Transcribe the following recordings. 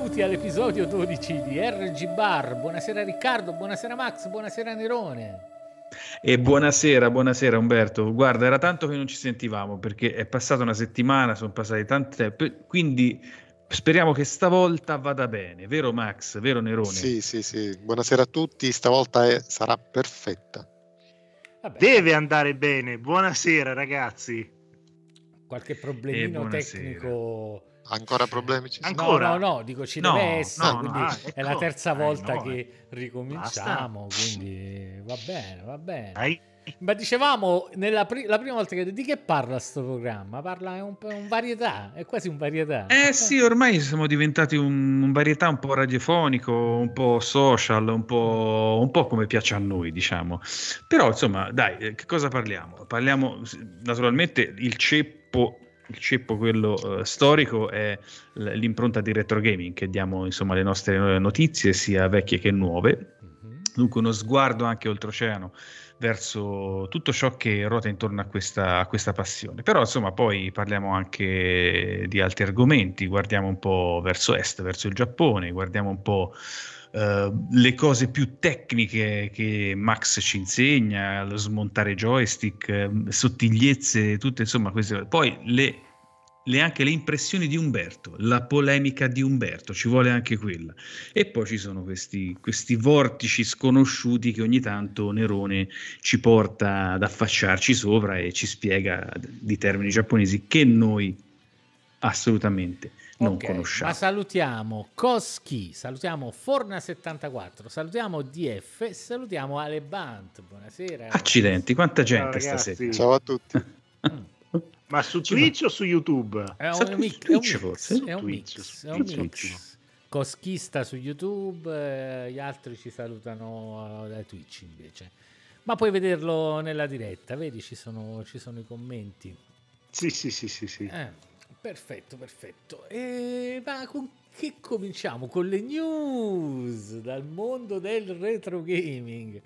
benvenuti all'episodio 12 di RG Bar. Buonasera Riccardo, buonasera Max, buonasera Nerone. E buonasera Umberto. Guarda, era tanto che non ci sentivamo perché è passata una settimana, sono passati tanti tempo, quindi speriamo che stavolta vada bene, vero Max, vero Nerone? Sì. Buonasera a tutti, stavolta sarà perfetta. Vabbè, Deve andare bene. Buonasera ragazzi. qualche problemino tecnico. Ancora problemi ci sono? Ancora? No, dico ci deve essere, quindi è la terza volta che ricominciamo, quindi va bene. Dai. Ma dicevamo, la prima volta di che parla sto programma? Parla è un varietà, è quasi un varietà. Sì, ormai siamo diventati un varietà un po' radiofonico, un po' social, un po' come piace a noi, diciamo. Però, insomma, dai, che cosa parliamo? Parliamo, naturalmente, il ceppo quello storico è l'impronta di retro gaming, che diamo insomma le nostre notizie sia vecchie che nuove. Dunque uno sguardo anche oltreoceano verso tutto ciò che ruota intorno a questa passione. Però insomma poi parliamo anche di altri argomenti, guardiamo un po' verso est, verso il Giappone, guardiamo un po' le cose più tecniche che Max ci insegna, lo smontare joystick, sottigliezze, tutte insomma queste. Poi anche le impressioni di Umberto, la polemica di Umberto, ci vuole anche quella. E poi ci sono questi vortici sconosciuti che ogni tanto Nerone ci porta ad affacciarci sopra e ci spiega di termini giapponesi che noi assolutamente non conosciamo. Ma salutiamo Koski, salutiamo Forna74, salutiamo DF, salutiamo Alebant. Buonasera. Accidenti, quanta gente stasera. Ciao a tutti. Ma su Twitch o su YouTube? È un mix. Koschista su YouTube, gli altri ci salutano da Twitch invece. Ma puoi vederlo nella diretta, vedi ci sono i commenti. Sì. Perfetto. Ma con che cominciamo? Con le news dal mondo del retro gaming.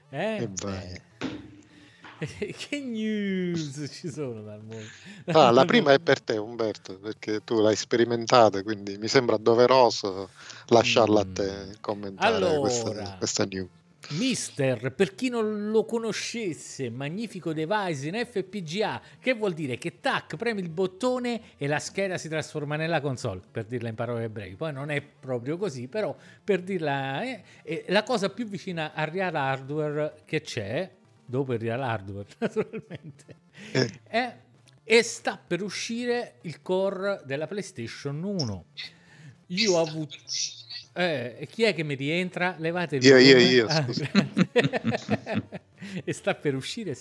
Che news ci sono dal mondo? La prima è per te Umberto, perché tu l'hai sperimentata, quindi mi sembra doveroso lasciarla a te commentare questa news. Mister, per chi non lo conoscesse, magnifico device in FPGA, che vuol dire che tac, premi il bottone e la scheda si trasforma nella console, per dirla in parole brevi. Poi non è proprio così, però per dirla è la cosa più vicina al real hardware che c'è, dopo il real hardware naturalmente, e sta per uscire il core della PlayStation 1. Io ho avuto... chi è che mi rientra? Levate il io e sta per uscire.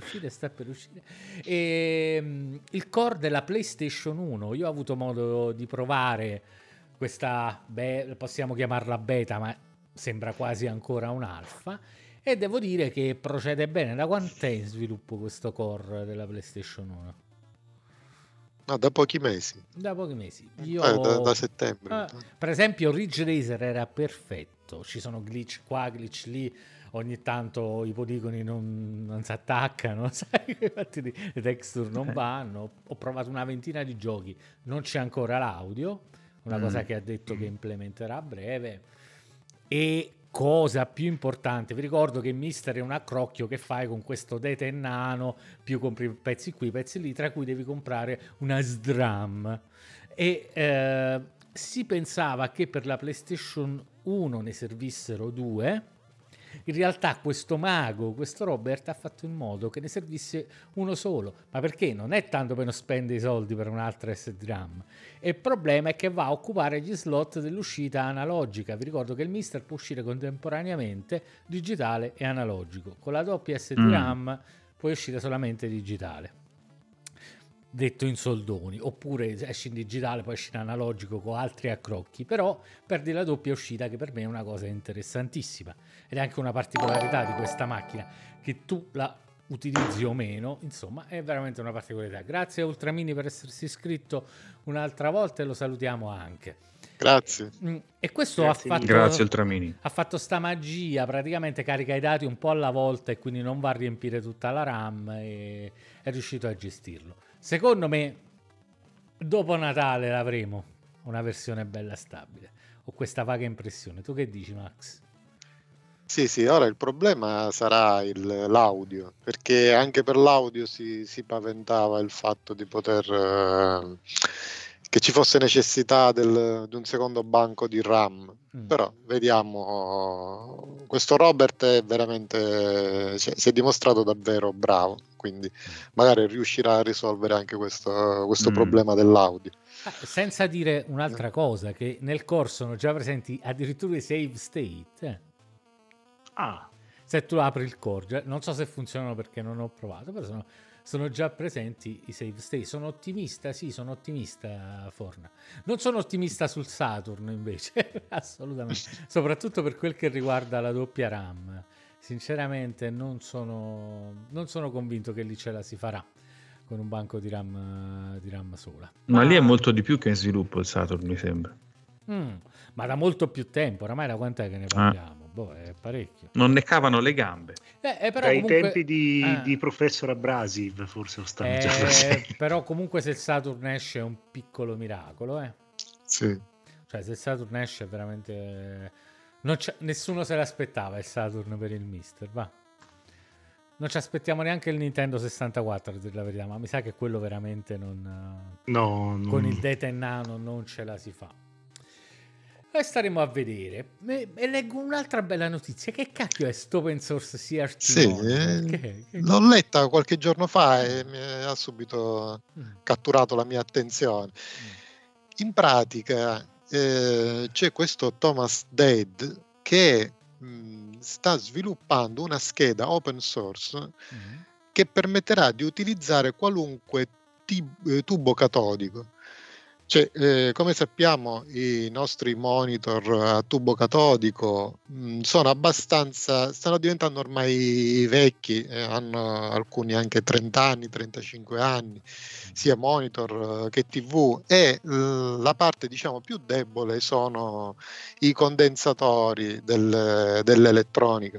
Il core della PlayStation 1, io ho avuto modo di provare questa, possiamo chiamarla beta, ma sembra quasi ancora un'alfa, e devo dire che procede bene. Da quant'è in sviluppo questo core della PlayStation 1? Da pochi mesi. Io da settembre. Per esempio Ridge Racer era perfetto, ci sono glitch qua, glitch lì, ogni tanto i poligoni non si attaccano, sai, infatti le texture non vanno. Ho provato una ventina di giochi, non c'è ancora l'audio, una cosa che ha detto che implementerà a breve. E cosa più importante, vi ricordo che Mister è un accrocchio che fai con questo Dete Nano, più compri pezzi qui, pezzi lì, tra cui devi comprare una SDRAM. E si pensava che per la PlayStation 1 ne servissero due. In realtà questo mago, questo Robert, ha fatto in modo che ne servisse uno solo. Ma perché? Non è tanto per non spendere i soldi per un'altra SDRAM. E il problema è che va a occupare gli slot dell'uscita analogica. Vi ricordo che il Mister può uscire contemporaneamente digitale e analogico. Con la doppia SDRAM puoi uscire solamente digitale, detto in soldoni, oppure esci in digitale poi esci in analogico con altri accrocchi, però perdi la doppia uscita, che per me è una cosa interessantissima ed è anche una particolarità di questa macchina, che tu la utilizzi o meno, insomma è veramente una particolarità. Grazie a Ultramini per essersi iscritto un'altra volta e lo salutiamo anche. Grazie. E questo Grazie Ultramini. Ha fatto sta magia, praticamente carica i dati un po' alla volta e quindi non va a riempire tutta la RAM, e è riuscito a gestirlo. Secondo me dopo Natale l'avremo una versione bella stabile. Ho questa vaga impressione. Tu che dici, Max? Sì, ora il problema sarà l'audio, perché anche per l'audio si paventava il fatto di poter che ci fosse necessità di un secondo banco di RAM. Però vediamo, questo Robert è veramente, si è dimostrato davvero bravo, quindi magari riuscirà a risolvere anche questo problema dell'audio. Senza dire un'altra cosa, che nel core sono già presenti addirittura i save state. Se tu apri il core, non so se funzionano perché non ho provato, però sono già presenti i save state. Sono ottimista, sono ottimista, Forna. Non sono ottimista sul Saturn invece, assolutamente, soprattutto per quel che riguarda la doppia RAM. Sinceramente non sono convinto che lì ce la si farà con un banco di RAM sola. Ma lì è molto di più che in sviluppo il Saturn, mi sembra. Ma da molto più tempo, oramai da quant'è che ne parliamo? È parecchio. Non ne cavano le gambe. Però dai tempi di Professor Abrasiv forse lo stanno già facendo. Però comunque se il Saturn esce è un piccolo miracolo. Sì. Cioè se il Saturn esce veramente... nessuno se l'aspettava il Saturn per il Mister, va. Non ci aspettiamo neanche il Nintendo 64, a dire la verità, ma mi sa che quello veramente con il Data and Nano non ce la si fa. E staremo a vedere. E leggo un'altra bella notizia. Che cacchio è sto open source CRT Monitor? L'ho letta qualche giorno fa e mi ha subito catturato la mia attenzione. In pratica c'è questo Thomas Dead che sta sviluppando una scheda open source che permetterà di utilizzare qualunque tubo catodico. Cioè, come sappiamo, i nostri monitor a tubo catodico stanno diventando ormai vecchi, hanno alcuni anche 30 anni, 35 anni, sia monitor che TV, e la parte diciamo più debole sono i condensatori dell'elettronica.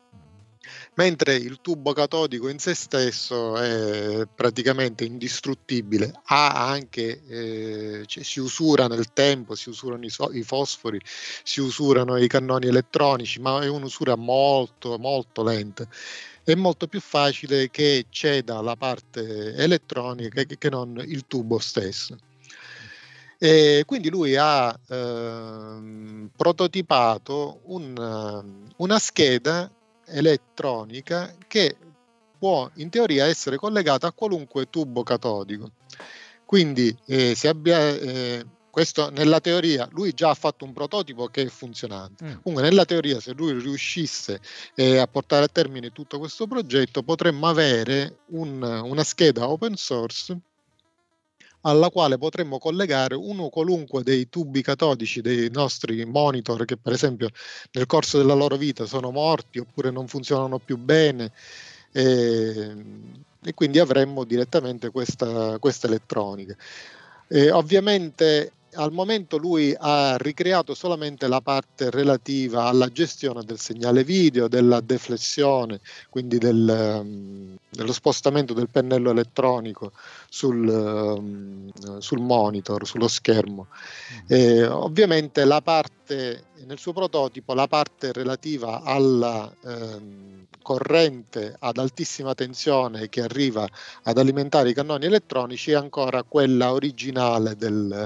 Mentre il tubo catodico in se stesso è praticamente indistruttibile, ha anche si usura nel tempo, si usurano i fosfori, si usurano i cannoni elettronici, ma è un'usura molto molto lenta. È molto più facile che ceda la parte elettronica che non il tubo stesso. E quindi lui ha prototipato una scheda elettronica che può in teoria essere collegata a qualunque tubo catodico. Quindi questo nella teoria, lui già ha fatto un prototipo che è funzionante. Comunque nella teoria, se lui riuscisse a portare a termine tutto questo progetto, potremmo avere una scheda open source alla quale potremmo collegare uno qualunque dei tubi catodici dei nostri monitor che per esempio nel corso della loro vita sono morti oppure non funzionano più bene, e quindi avremmo direttamente questa elettronica. Ovviamente al momento lui ha ricreato solamente la parte relativa alla gestione del segnale video, della deflessione, quindi dello spostamento del pennello elettronico sul monitor, sullo schermo. Ovviamente nel suo prototipo la parte relativa alla corrente ad altissima tensione che arriva ad alimentare i cannoni elettronici è ancora quella originale del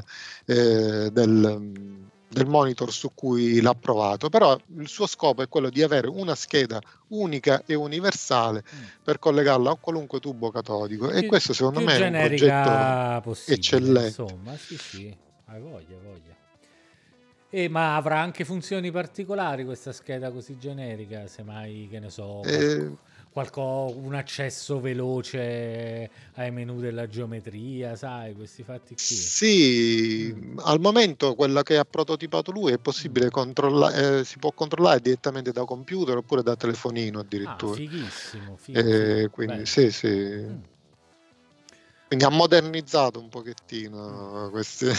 monitor su cui l'ha provato, però il suo scopo è quello di avere una scheda unica e universale per collegarla a qualunque tubo catodico, e questo secondo me è un progetto eccellente. Insomma, sì, hai voglia. Ma avrà anche funzioni particolari questa scheda così generica, semmai, che ne so, un accesso veloce ai menu della geometria, sai, questi fatti qui. Sì, al momento quella che ha prototipato lui è possibile controllare, si può controllare direttamente da computer oppure da telefonino addirittura. Fighissimo. Quindi sì. Quindi ha modernizzato un pochettino queste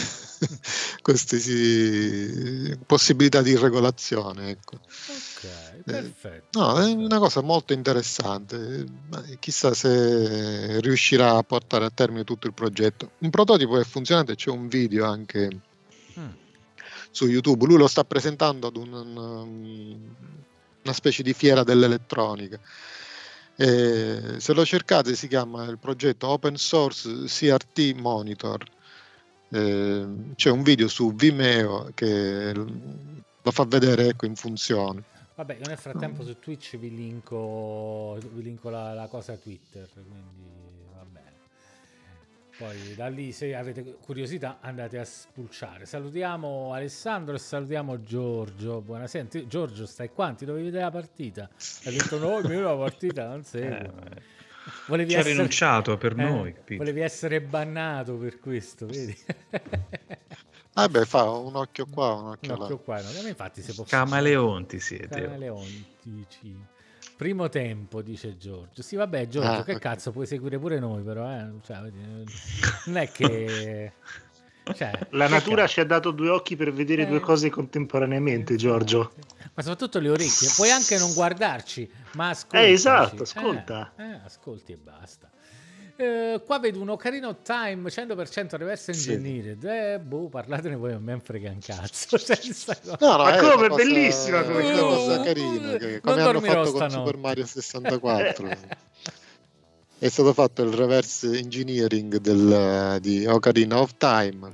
possibilità di regolazione. Ecco. Ok, perfetto. No, è una cosa molto interessante. Chissà se riuscirà a portare a termine tutto il progetto. Un prototipo è funzionante, c'è un video anche su YouTube. Lui lo sta presentando ad una specie di fiera dell'elettronica. Se lo cercate si chiama il progetto Open Source CRT Monitor. C'è un video su Vimeo che lo fa vedere, ecco, in funzione. Vabbè, io nel frattempo su Twitch vi linko la cosa Twitter, quindi va bene. Poi da lì, se avete curiosità, andate a spulciare. Salutiamo Alessandro e salutiamo Giorgio. Buonasera. Giorgio, stai qua? Ti dovevi vedere la partita? Hai detto no, io la partita non seguo. Ci ha rinunciato per noi, capito? Volevi essere bannato per questo, vedi? Vabbè, fa un occhio qua, un occhio là. Qua, no? Infatti si può Camaleonti siete. Camaleontici. Primo tempo, dice Giorgio. Sì, vabbè, Giorgio, che cazzo, puoi seguire pure noi, però, cioè, non è che... Cioè, la natura ci ha dato due occhi per vedere due cose contemporaneamente, Giorgio. Ma soprattutto le orecchie. Puoi anche non guardarci, ma ascolti. Esatto, ascolta. Ascolti e basta. Qua vedo un Ocarina of Time 100% reverse engineered. Parlatene voi, a me ne frega un cazzo. No, ma come è bellissima come cosa carina, come hanno fatto con Super Mario 64. È stato fatto il reverse engineering di Ocarina of Time,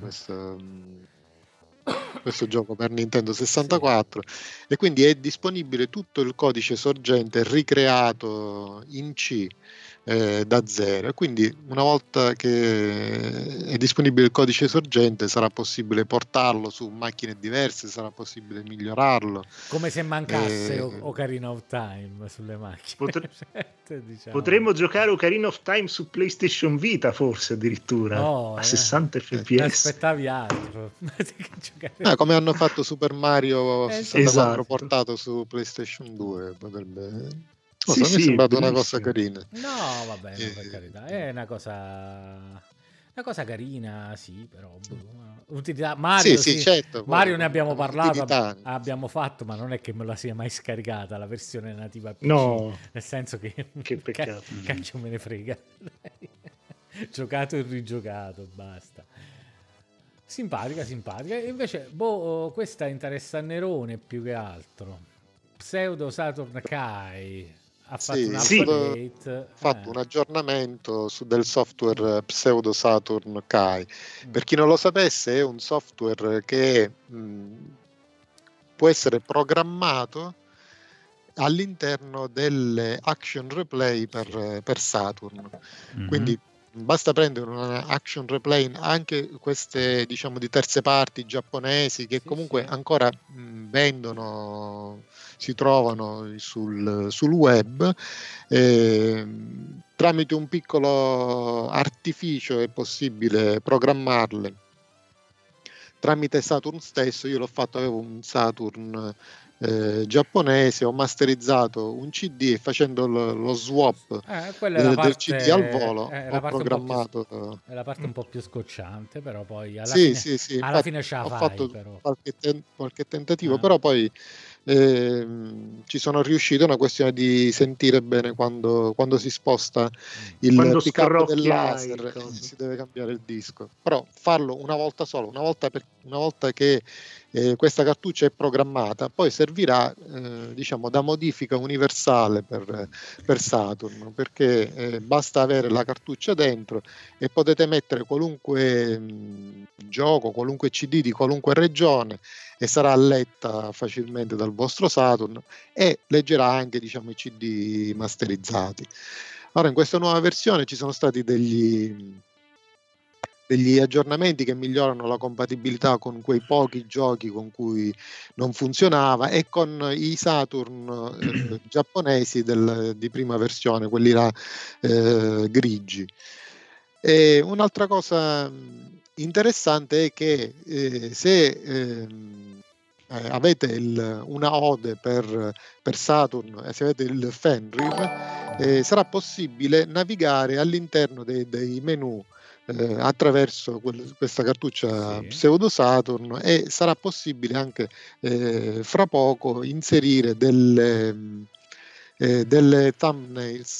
questo gioco per Nintendo 64, e quindi è disponibile tutto il codice sorgente ricreato in C da zero, e quindi una volta che è disponibile il codice sorgente sarà possibile portarlo su macchine diverse, sarà possibile migliorarlo, come se mancasse Ocarina of Time sulle macchine. Diciamo. Potremmo giocare Ocarina of Time su PlayStation Vita, forse addirittura a 60 fps. Aspettavi altro. Come hanno fatto Super Mario 64 portato su PlayStation 2, potrebbe... mi è sembrata una cosa carina. No, va bene, per carità. È una cosa carina, sì, però utilità. Mario, sì, certo, Mario ne abbiamo parlato, abbiamo fatto, ma non è che me la sia mai scaricata la versione nativa PC. No, nel senso che peccato. Cacchio me ne frega. Giocato e rigiocato, basta. Simpatica. Invece, questa interessa a Nerone più che altro. Pseudo Saturn Kai ha fatto un aggiornamento del software Pseudo Saturn Kai. Per chi non lo sapesse, è un software che può essere programmato all'interno delle action replay per Saturn. Quindi basta prendere una action replay, anche queste, diciamo, di terze parti giapponesi, che comunque ancora vendono, si trovano sul web, tramite un piccolo artificio è possibile programmarle tramite Saturn stesso. Io l'ho fatto, avevo un Saturn giapponese, ho masterizzato un CD e facendo lo swap del CD al volo ho programmato. È la parte un po' più scocciante, però poi alla fine ce la ho fai, fatto però. qualche tentativo, però poi ci sono riuscito. È una questione di sentire bene quando si sposta il pick-up del laser, si deve cambiare il disco, però farlo una volta sola, una volta che questa cartuccia è programmata, poi servirà diciamo da modifica universale per Saturn, perché basta avere la cartuccia dentro e potete mettere qualunque gioco, qualunque CD di qualunque regione, e sarà letta facilmente dal vostro Saturn e leggerà anche, diciamo, i CD masterizzati. Ora, in questa nuova versione ci sono stati degli aggiornamenti che migliorano la compatibilità con quei pochi giochi con cui non funzionava e con i Saturn giapponesi di prima versione, quelli là grigi. E un'altra cosa interessante è che se avete una ode per Saturn e se avete il Fenrir, sarà possibile navigare all'interno dei menu attraverso questa cartuccia Pseudo Saturn, e sarà possibile anche fra poco inserire delle thumbnails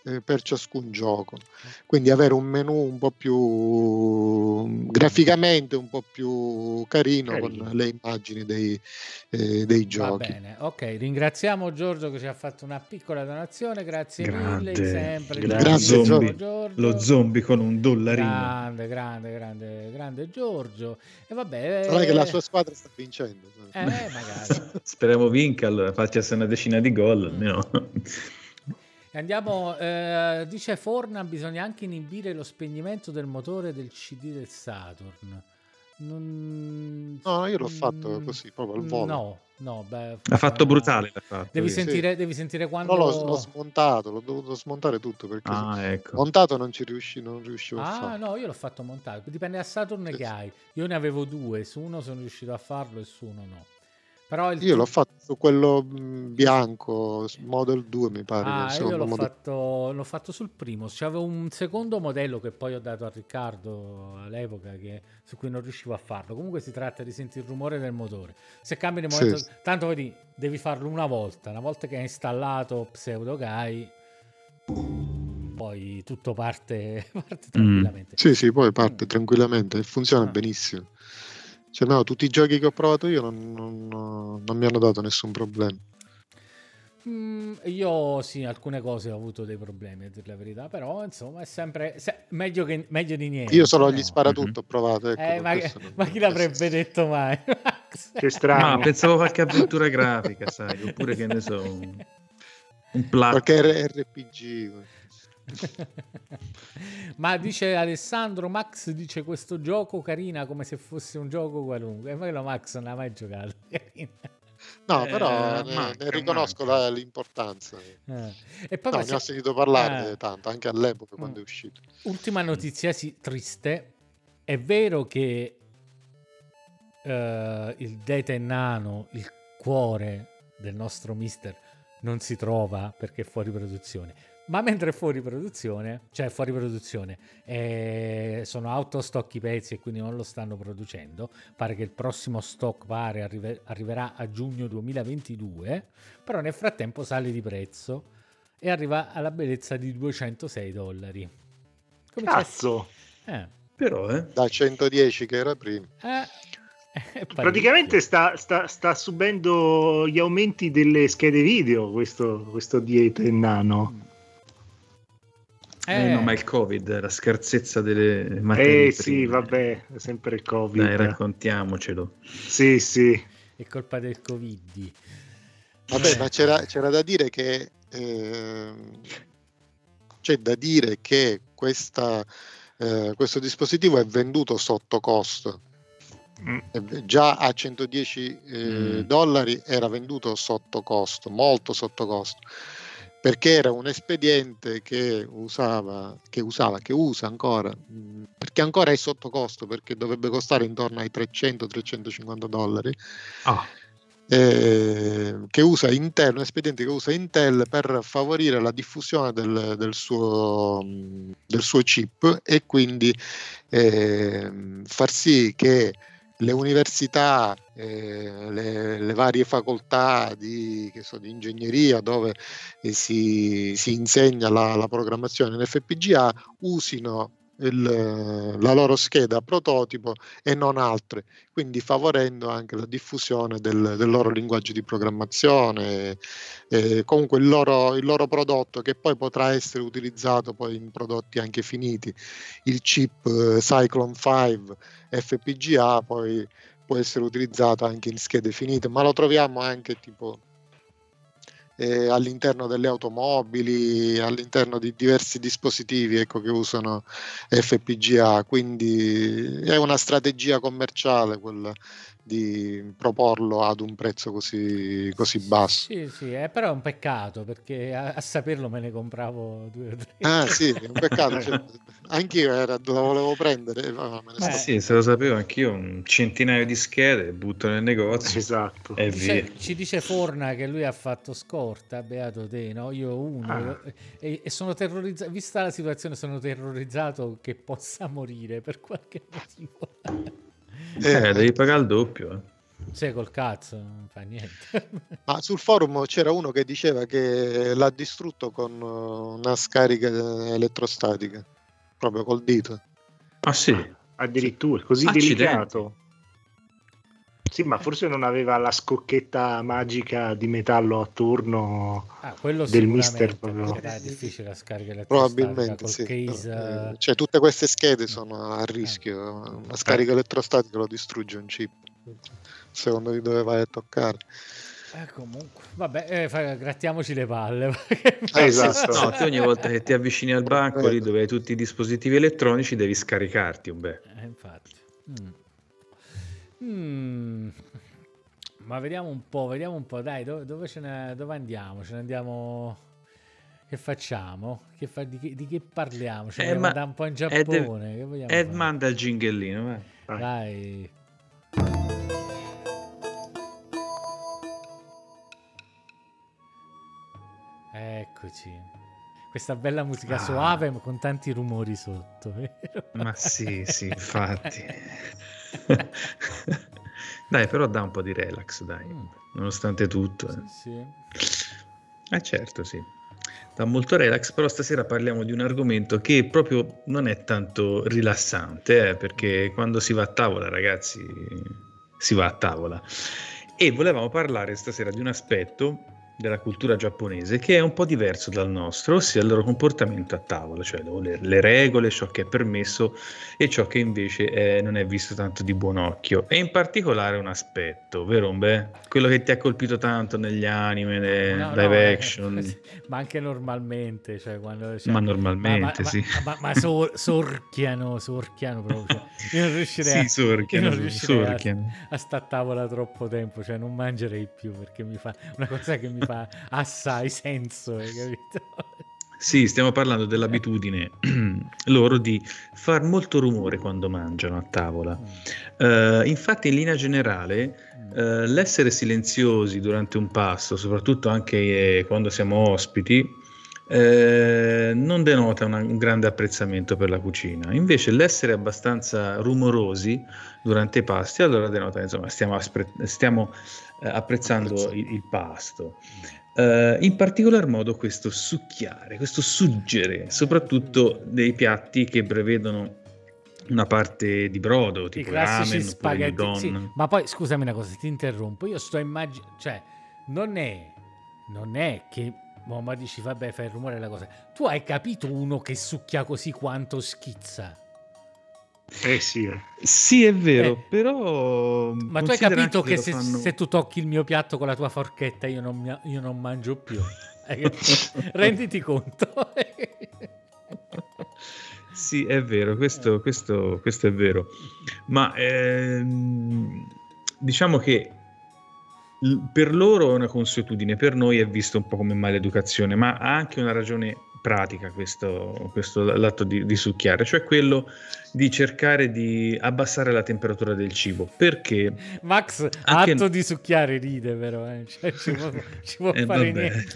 per ciascun gioco, quindi avere un menu un po' più graficamente un po' più carino. Con le immagini dei giochi. Va bene, ok, ringraziamo Giorgio che ci ha fatto una piccola donazione, grazie mille, sempre grazie Giorgio. Lo zombie con $1. Grande Giorgio. E vabbè, sarà che la sua squadra sta vincendo, magari. Speriamo vinca, allora faccia una decina di gol almeno. Andiamo, dice Forna, bisogna anche inibire lo spegnimento del motore del CD del Saturn. No, io l'ho fatto così, proprio al volo. No, beh, ha fatto brutale. Devi sentire quando... Però l'ho smontato, l'ho dovuto smontare tutto perché ecco. montato non riuscivo a farlo. No, io l'ho fatto montato, dipende da Saturn che hai. Io ne avevo due, su uno sono riuscito a farlo e su uno no. Però io l'ho fatto su quello bianco, Model 2 mi pare. Io l'ho fatto sul primo. C'avevo un secondo modello che poi ho dato a Riccardo all'epoca, su cui non riuscivo a farlo. Comunque si tratta di sentire il rumore del motore. Se cambi nel momento, tanto devi farlo una volta che hai installato Pseudogai, poi tutto parte tranquillamente. Sì, poi parte tranquillamente e funziona benissimo. Cioè, no, tutti i giochi che ho provato io non mi hanno dato nessun problema. Io sì, alcune cose ho avuto dei problemi, a dire la verità, però insomma è sempre meglio di niente. Io solo gli sparatutto ho provato. Ma chi l'avrebbe detto mai? Che strano. No, pensavo qualche avventura grafica, sai, oppure che ne so, un qualche RPG. Ma dice Alessandro, Max dice questo gioco carina come se fosse un gioco qualunque, e quello Max non ha mai giocato. No, però ne riconosco l'importanza. E poi ne ho sentito parlare tanto anche all'epoca quando è uscito. Ultima notizia triste, è vero che il Data Nano, il cuore del nostro mister, non si trova perché è fuori produzione. Ma mentre è fuori produzione, sono out of stock i pezzi e quindi non lo stanno producendo. Pare che il prossimo stock arriverà a giugno 2022, però nel frattempo sale di prezzo e arriva alla bellezza di $206. Cazzo! Però da 110 che era prima. Praticamente sta subendo gli aumenti delle schede video questo Data Nano. No, ma il Covid, la scherzezza delle materie prime. Vabbè, è sempre il Covid. Dai, raccontiamocelo. Sì. È colpa del Covid. Vabbè, ma c'era da dire che c'è da dire che questo dispositivo è venduto sotto costo. Già a $110 era venduto sotto costo, molto sotto costo, perché era un espediente che usa ancora, perché ancora è sotto costo, perché dovrebbe costare intorno ai $300-350, che usa Intel, un espediente che usa Intel per favorire la diffusione del suo chip e quindi far sì che le università, le varie facoltà di ingegneria dove si insegna la programmazione in FPGA usino la loro scheda prototipo e non altre, quindi favorendo anche la diffusione del loro linguaggio di programmazione, comunque il loro prodotto, che poi potrà essere utilizzato poi in prodotti anche finiti. Il chip Cyclone 5 FPGA poi può essere utilizzato anche in schede finite, ma lo troviamo anche tipo all'interno delle automobili, all'interno di diversi dispositivi, che usano FPGA, quindi è una strategia commerciale quella di proporlo ad un prezzo così basso. Sì, però è un peccato, perché a saperlo me ne compravo 2 o 3. Sì, è un peccato. Anch'io la volevo prendere. Sì, se lo sapevo anch'io, un centinaio di schede, butto nel negozio. Esatto. E via. Ci dice Forna che lui ha fatto scorta, beato te, no? Io uno. E sono terrorizzato, vista la situazione, sono terrorizzato che possa morire per qualche motivo. Devi pagare il doppio. Sì, col cazzo, non fa niente. Ma sul forum c'era uno che diceva che l'ha distrutto con una scarica elettrostatica, proprio col dito. Ah sì? Addirittura, così Accidenti. delicato. Sì, ma forse non aveva la scocchetta magica di metallo attorno quello del mister. Proprio. Era difficile la scarica Probabilmente col sì. case. Cioè, tutte queste schede sono a rischio. Una scarica elettrostatica lo distrugge un chip. Secondo di dove vai a toccare. Comunque, vabbè, grattiamoci le palle. Esatto. No, te ogni volta che ti avvicini al banco lì dove hai tutti i dispositivi elettronici devi scaricarti un bel. Infatti. Ma vediamo un po', dai, dove andiamo? Ce ne andiamo. Che facciamo? Di che parliamo? Ci vogliamo andare un po' in Giappone? Che vogliamo fare? Manda il jinglino, Dai. Eccoci. Questa bella musica suave ma con tanti rumori sotto. Vero? Ma sì, infatti. Dai, però dà un po' di relax, dai, nonostante tutto. Sì. Certo, sì. Dà molto relax, però stasera parliamo di un argomento che proprio non è tanto rilassante, perché quando si va a tavola, ragazzi, si va a tavola. E volevamo parlare stasera di un aspetto della cultura giapponese che è un po' diverso dal nostro, ossia il loro comportamento a tavola, cioè le regole, ciò che è permesso e ciò che invece non è visto tanto di buon occhio. E in particolare un aspetto, vero Umbe? Quello che ti ha colpito tanto negli anime, live action, ma anche normalmente, cioè quando ma normalmente sì. Ma sorchiano proprio. Io non riuscirei sorchiano. a sta a tavola troppo tempo, cioè non mangerei più perché mi fa una cosa che mi fa assai senso, hai capito? Sì, stiamo parlando dell'abitudine loro di far molto rumore quando mangiano a tavola. Infatti, in linea generale, l'essere silenziosi durante un pasto, soprattutto anche quando siamo ospiti, non denota un grande apprezzamento per la cucina. Invece, l'essere abbastanza rumorosi durante i pasti, allora denota, insomma, stiamo apprezzando il pasto. In particolar modo questo succhiare, questo suggere, soprattutto dei piatti che prevedono una parte di brodo, tipo i classici ramen, spaghetti. Sì, ma poi scusami una cosa, ti interrompo. Io sto immaginando, cioè, non è che ma dici vabbè, fai il rumore della cosa. Tu hai capito uno che succhia così quanto schizza? Sì, è vero, però ma tu hai capito che se tu tocchi il mio piatto con la tua forchetta io non mangio più. Renditi conto. Sì, è vero, questo è vero, ma diciamo che per loro è una consuetudine, per noi è visto un po' come maleducazione, ma ha anche una ragione pratica questo l'atto di succhiare, cioè quello di cercare di abbassare la temperatura del cibo, perché Max atto di succhiare ride però, cioè, ci può fare niente.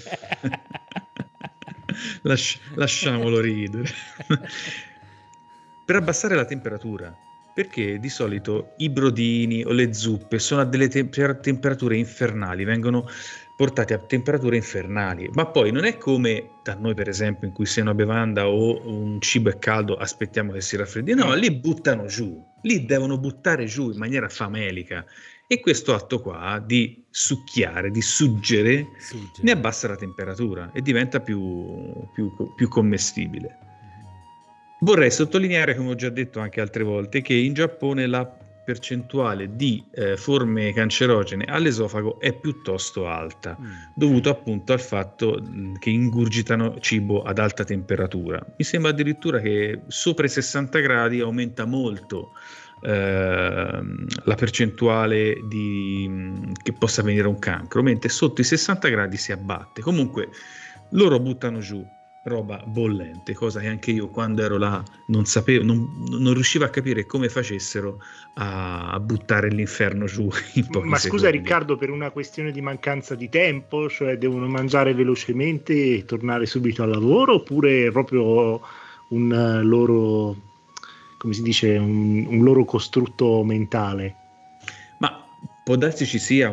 Lasciamolo ridere. Per abbassare la temperatura, perché di solito i brodini o le zuppe sono a delle temperature infernali, vengono portati a temperature infernali, ma poi non è come da noi per esempio in cui se una bevanda o un cibo è caldo aspettiamo che si raffreddi, no, li buttano giù, li devono buttare giù in maniera famelica, e questo atto qua di succhiare, di suggere, ne abbassa la temperatura e diventa più commestibile. Vorrei sottolineare, come ho già detto anche altre volte, che in Giappone la percentuale di forme cancerogene all'esofago è piuttosto alta, dovuto appunto al fatto che ingurgitano cibo ad alta temperatura. Mi sembra addirittura che sopra i 60 gradi aumenta molto la percentuale che possa venire un cancro, mentre sotto i 60 gradi si abbatte. Comunque loro buttano giù roba bollente, cosa che anche io quando ero là non sapevo, non riuscivo a capire come facessero a buttare l'inferno giù in pochi Ma secondi. Scusa Riccardo, per una questione di mancanza di tempo, cioè devono mangiare velocemente e tornare subito al lavoro, oppure proprio un loro, come si dice, un loro costrutto mentale? Ma può darsi ci sia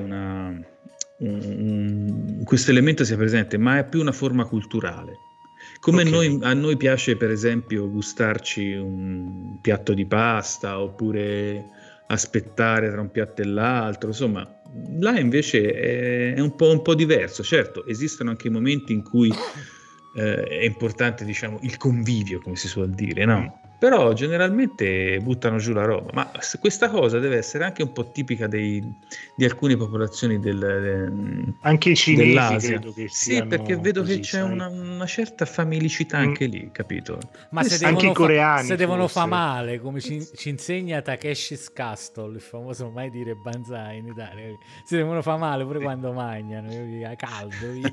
questo elemento sia presente, ma è più una forma culturale. Come a noi piace per esempio gustarci un piatto di pasta oppure aspettare tra un piatto e l'altro, insomma, là invece è un po' diverso. Certo, esistono anche momenti in cui è importante, diciamo, il convivio, come si suol dire, no? Però generalmente buttano giù la roba, ma questa cosa deve essere anche un po' tipica di alcune popolazioni anche i cinesi dell'Asia. credo che sì, perché vedo così, che c'è sai. una certa familicità anche lì, capito? Ma se anche devono i coreani se devono forse. fa male, come ci insegna Takeshi's Castle, il famoso mai dire banzai in Italia, si devono fa male pure quando mangiano, è caldo, via.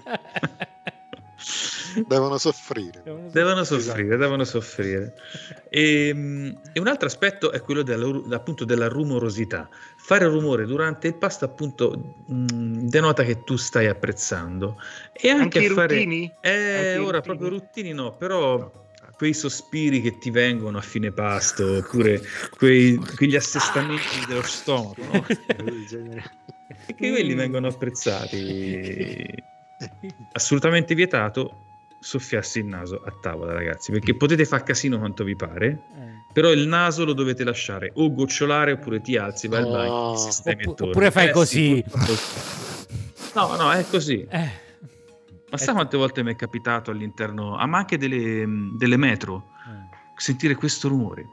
Devono soffrire. Devono soffrire. E un altro aspetto è quello appunto della rumorosità. Fare rumore durante il pasto appunto denota che tu stai apprezzando. E anche i fare ruttini? Anche ora ruttini? proprio ruttini no, però quei sospiri che ti vengono a fine pasto, oppure quegli assestamenti dello stomaco, no? E che quelli vengono apprezzati. Assolutamente vietato soffiarsi il naso a tavola, ragazzi, perché potete far casino quanto vi pare, però il naso lo dovete lasciare o gocciolare oppure ti alzi, vai al bagno, sistemi e torni. Oppure fai così. No, è così. Ma sai quante volte mi è capitato all'interno, ma anche delle metro, sentire questo rumore?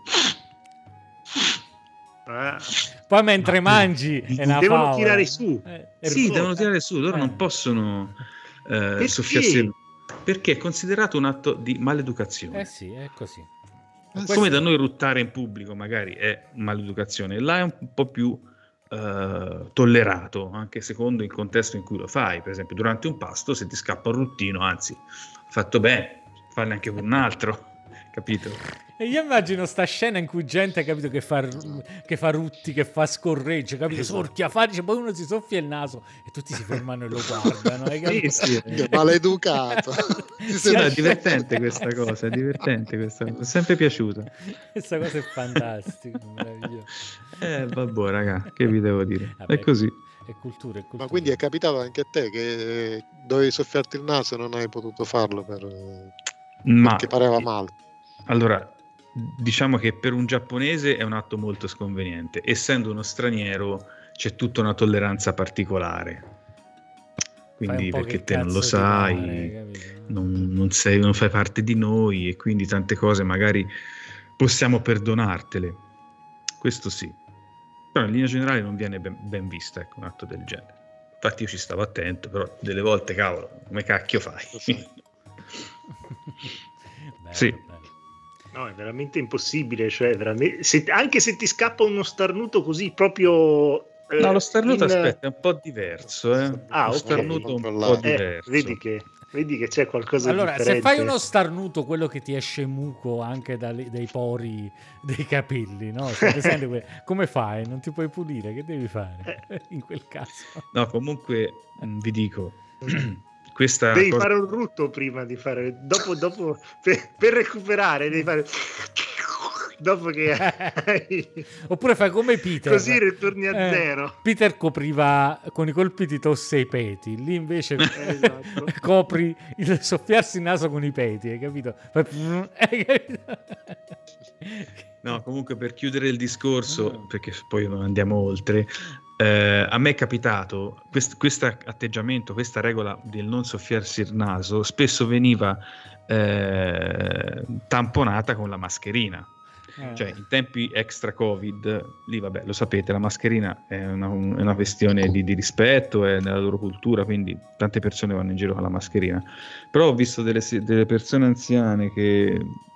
Poi mentre mangi devono tirare su. Devono tirare su, loro non possono soffiarsi, perché è considerato un atto di maleducazione. Sì, è così. Come da noi ruttare in pubblico magari è maleducazione, là è un po' più tollerato, anche secondo il contesto in cui lo fai. Per esempio durante un pasto, se ti scappa un ruttino, anzi, fatto bene, farne anche un altro, capito? E io immagino sta scena in cui gente, capito, che fa rutti, che fa scorregge, capito, sorchia, dice, poi uno si soffia il naso e tutti si fermano e lo guardano. Sì. Maleducato. Sì, no, è divertente questa cosa, mi è sempre piaciuta. Questa cosa è fantastica, meravigliosa. Vabbè, raga, che vi devo dire? Vabbè, è così. È cultura. Ma quindi è capitato anche a te che dovevi soffiarti il naso e non hai potuto farlo perché pareva male? Allora, diciamo che per un giapponese è un atto molto sconveniente. Essendo uno straniero c'è tutta una tolleranza particolare. Quindi perché te non lo sai, non fai parte di noi e quindi tante cose magari possiamo perdonartele. Questo sì. Però in linea generale non viene ben vista, ecco, un atto del genere. Infatti io ci stavo attento, però delle volte, cavolo, come cacchio fai? Bello, sì. bello. No, è veramente impossibile, cioè veramente, anche se ti scappa uno starnuto così proprio... no, lo starnuto aspetta, è un po' diverso, lo starnuto un po' diverso. Vedi che c'è qualcosa allora, di differente. Se fai uno starnuto, quello che ti esce muco anche dai pori dei capelli, no? Come fai? Non ti puoi pulire, che devi fare in quel caso? No, comunque vi dico... devi fare un rutto prima di fare dopo per recuperare devi fare dopo che oppure fai come Peter, così ritorni a zero. Peter copriva con i colpi di tosse i peti, lì invece esatto. Copri il soffiarsi il naso con i peti, hai capito? No, comunque per chiudere il discorso, perché poi non andiamo oltre, a me è capitato questo atteggiamento, questa regola del non soffiarsi il naso spesso veniva tamponata con la mascherina. Cioè in tempi extra Covid, lì vabbè, lo sapete, la mascherina è una questione di rispetto, è nella loro cultura, quindi tante persone vanno in giro con la mascherina. Però ho visto delle persone anziane che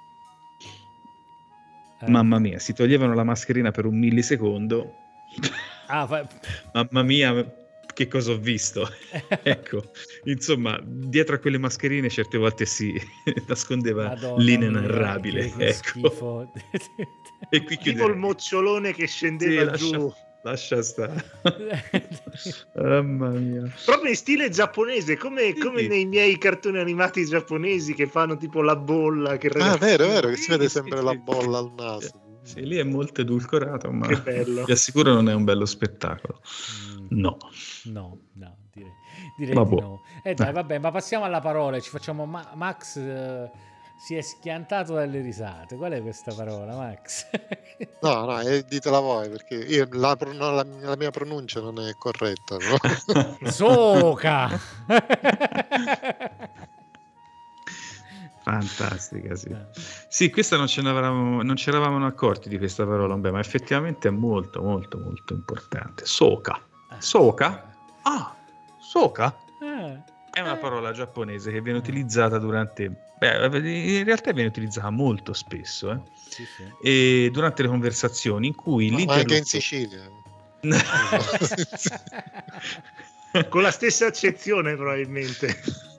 mamma mia, si toglievano la mascherina per un millisecondo. Mamma mia, che cosa ho visto. Ecco, insomma, dietro a quelle mascherine certe volte si nascondeva l'inenarrabile. Ecco. E qui tipo il mocciolone che scendeva giù. Lascia stare. Mamma mia. Proprio in stile giapponese, come nei miei cartoni animati giapponesi che fanno tipo la bolla. Vero, che si vede sempre la bolla al naso. Sì, lì è molto edulcorato, ma che bello. vi assicuro non è un bello spettacolo. No. No, direi di no. Dai, vabbè, ma passiamo alla parola. Ci facciamo Max si è schiantato dalle risate. Qual è questa parola, Max? No, ditela voi, perché io la mia pronuncia non è corretta. No? Soca! Fantastica, sì. Sì, questa non ci eravamo accorti di questa parola, ma effettivamente è molto, molto, molto importante. Soka. Soka? Ah, soka? È una parola giapponese che viene utilizzata in realtà viene utilizzata molto spesso, Sì. E durante le conversazioni in cui ma anche in Sicilia. Con la stessa accezione probabilmente.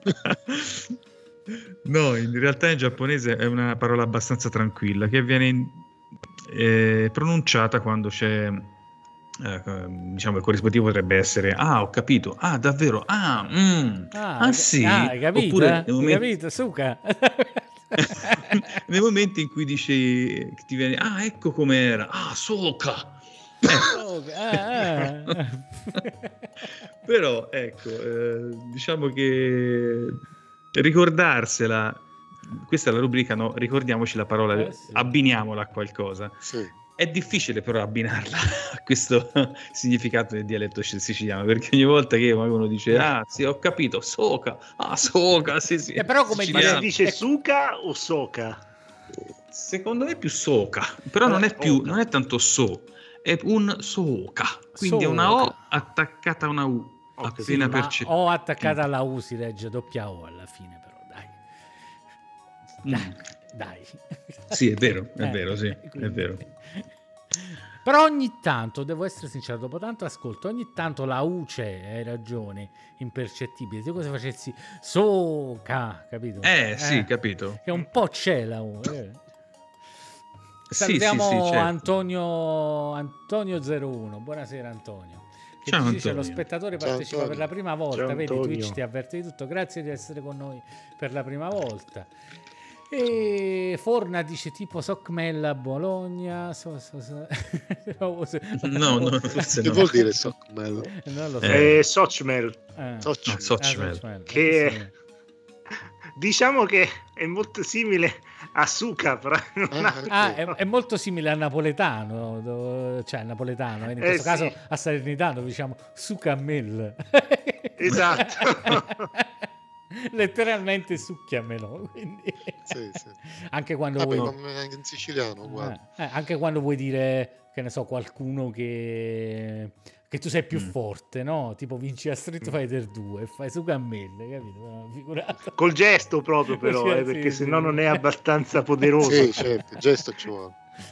No, in realtà in giapponese è una parola abbastanza tranquilla che viene pronunciata quando c'è diciamo il corrispettivo potrebbe essere ho capito, davvero, sì, hai capito, oppure hai capito, Suka. nei momenti in cui dici che ti viene ecco com'era, Soka. Però ecco, diciamo che ricordarsela, questa è la rubrica, no? Ricordiamoci la parola, sì. Abbiniamola a qualcosa. Sì. È difficile però abbinarla a questo significato del dialetto siciliano, perché ogni volta che qualcuno dice sì, ho capito, soca, soca, sì. Però come ma si dice suca o soca? Secondo me è più soca, però non è tanto è un soca, quindi è una O attaccata a una U. Appena percepito. O attaccata alla U si legge doppia O alla fine, però dai. Sì, è vero, sì, quindi... è vero. Però ogni tanto, devo essere sincero, dopo tanto ascolto, ogni tanto la U c'è, hai ragione, impercettibile. Se cosa facessi soca, capito? Sì, capito. Che un po' c'è la U. Salutiamo sì, certo. Antonio01, buonasera Antonio. Che Ciao, ci dice Antonio. lo spettatore partecipa per la prima volta. Ciao, vedi, Antonio. Twitch ti avverte di tutto, grazie di essere con noi per la prima volta. E Forna dice tipo Socmella Bologna. No, forse che no. vuol dire Socmella? Non lo so. Socmel. Socmel. Che diciamo che è molto simile a Suca, però è molto simile al napoletano, cioè al napoletano, in questo caso a salernitano diciamo Sucamel. Esatto. Letteralmente succhiamelo, quindi sì. anche quando vuoi anche in siciliano anche quando vuoi dire, che ne so, qualcuno che tu sei più forte, no? Tipo vinci a Street Fighter 2 e fai succhiamelle, capito? Figurato. Col gesto proprio però, perché sennò non è abbastanza poderoso. Sì, certo, il gesto ci vuole.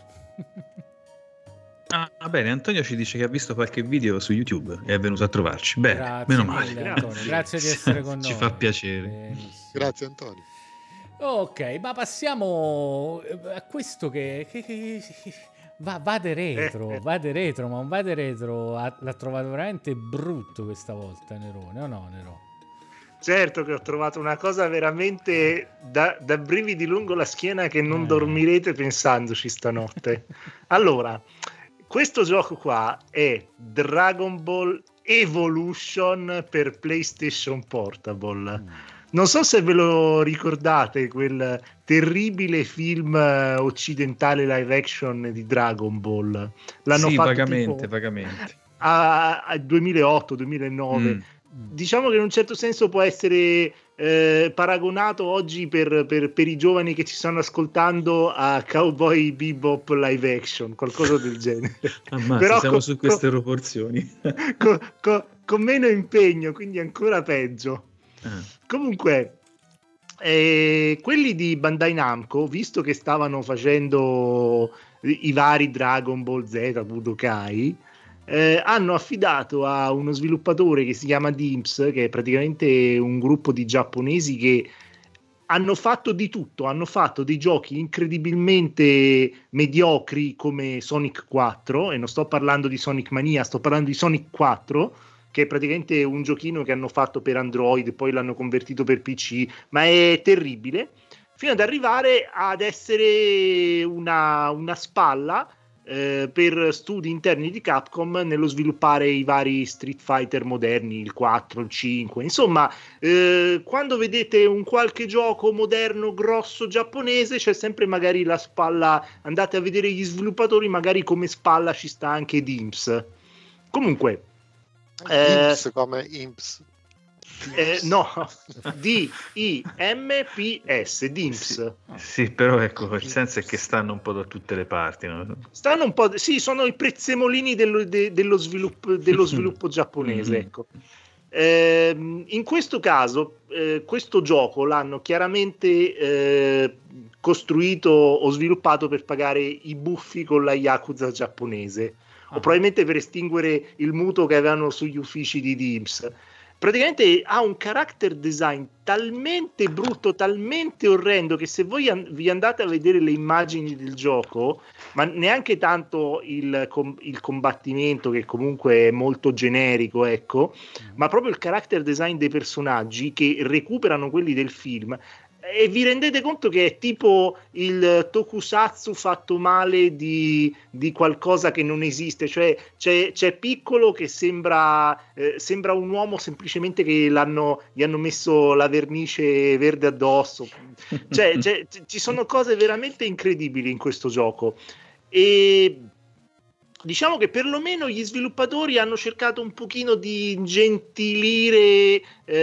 Va bene, Antonio ci dice che ha visto qualche video su YouTube e è venuto a trovarci. Bene, grazie meno male. mille, Antonio. Grazie di essere con noi. Ci fa piacere. Benissimo. Grazie Antonio. Ok, ma passiamo a questo che va de retro, ma un va de retro l'ha trovato veramente brutto questa volta Nerone, o no Nerone? Certo che ho trovato una cosa veramente da brividi lungo la schiena che non dormirete pensandoci stanotte. Allora, questo gioco qua è Dragon Ball Evolution per PlayStation Portable. Non so se ve lo ricordate, quel terribile film occidentale live action di Dragon Ball. L'hanno fatto vagamente. A 2008-2009. Diciamo che in un certo senso può essere paragonato oggi per i giovani che ci stanno ascoltando a Cowboy Bebop live action, qualcosa del genere. Però siamo su queste proporzioni. Con meno impegno, quindi ancora peggio. Comunque quelli di Bandai Namco, visto che stavano facendo i vari Dragon Ball Z, Budokai, hanno affidato a uno sviluppatore che si chiama Dimps, che è praticamente un gruppo di giapponesi che hanno fatto di tutto, hanno fatto dei giochi incredibilmente mediocri come Sonic 4, e non sto parlando di Sonic Mania, sto parlando di Sonic 4, che è praticamente un giochino che hanno fatto per Android, poi l'hanno convertito per PC, ma è terribile, fino ad arrivare ad essere una spalla per studi interni di Capcom nello sviluppare i vari Street Fighter moderni, il 4, il 5. Insomma, quando vedete un qualche gioco moderno grosso giapponese, c'è sempre magari la spalla, andate a vedere gli sviluppatori, magari come spalla ci sta anche Dimps. Comunque Imps come Imps. no, D-I-M-P-S, Dimps. Sì, però ecco, il senso è che stanno un po' da tutte le parti, no? Stanno un po', sì, sono i prezzemolini dello sviluppo giapponese, ecco. In questo caso, questo gioco l'hanno chiaramente costruito o sviluppato per pagare i buffi con la Yakuza giapponese, o probabilmente per estinguere il mutuo che avevano sugli uffici di Dimps. Praticamente ha un character design talmente brutto, talmente orrendo, che se voi vi andate a vedere le immagini del gioco, ma neanche tanto il combattimento, che comunque è molto generico, ecco, ma proprio il character design dei personaggi che recuperano quelli del film, e vi rendete conto che è tipo il tokusatsu fatto male di qualcosa che non esiste, cioè c'è Piccolo che sembra un uomo semplicemente che gli hanno messo la vernice verde addosso, cioè ci sono cose veramente incredibili in questo gioco, e diciamo che perlomeno gli sviluppatori hanno cercato un pochino di ingentilire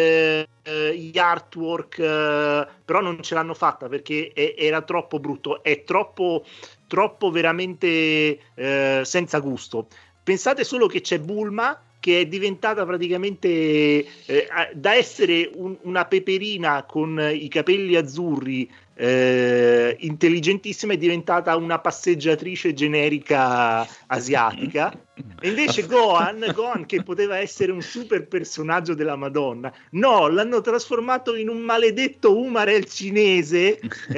gli artwork, però non ce l'hanno fatta perché era troppo brutto, è troppo veramente senza gusto. Pensate solo che c'è Bulma, che è diventata praticamente da essere una peperina con i capelli azzurri, intelligentissima, è diventata una passeggiatrice generica asiatica. E invece Gohan, che poteva essere un super personaggio della Madonna, no, l'hanno trasformato in un maledetto Umarel cinese,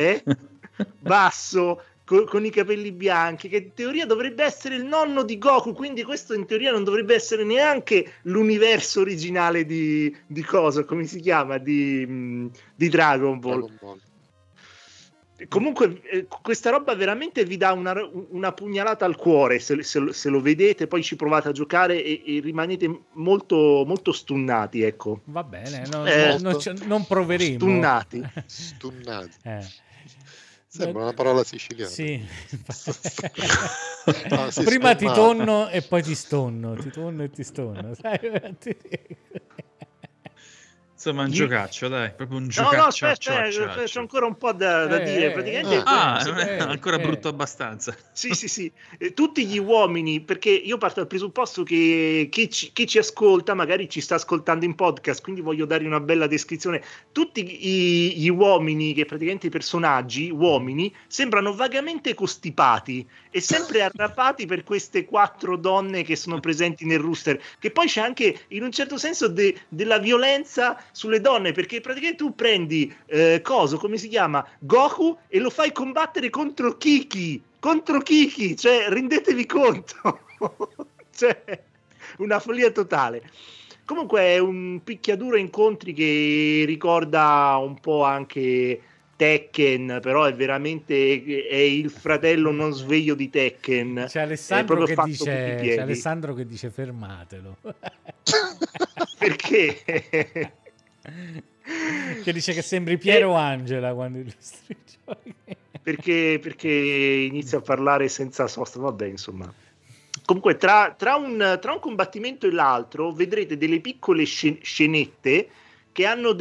basso, con i capelli bianchi, che in teoria dovrebbe essere il nonno di Goku, quindi questo in teoria non dovrebbe essere neanche l'universo originale di cosa, come si chiama, di Dragon Ball. Comunque questa roba veramente vi dà una pugnalata al cuore se lo vedete, poi ci provate a giocare e rimanete molto, molto stunnati, ecco. Va bene, non proveremo. Stunnati. Sembra una parola siciliana. Sì. Prima ti tonno e poi ti stonno e ti stonno. Insomma, un giocaccio, dai, proprio un giocaccio. No, aspetta, c'è ancora un po' da dire. Praticamente non è ancora brutto abbastanza. Sì. Tutti gli uomini, perché io parto dal presupposto che chi ci ascolta magari ci sta ascoltando in podcast, quindi voglio dare una bella descrizione. Tutti gli uomini, che praticamente i personaggi uomini, sembrano vagamente costipati e sempre arrapati per queste 4 donne che sono presenti nel rooster, che poi c'è anche in un certo senso della violenza sulle donne, perché praticamente tu prendi come si chiama, Goku, e lo fai combattere contro Kiki, cioè rendetevi conto. Cioè una follia totale. Comunque è un picchiaduro incontri che ricorda un po' anche Tekken, però è veramente il fratello non sveglio di Tekken. C'è Alessandro che dice fermatelo. Perché? Che dice che sembri Piero Angela quando illustri i giochi. Perché inizia a parlare senza sosta, vabbè, insomma. Comunque tra un combattimento e l'altro vedrete delle piccole scenette che hanno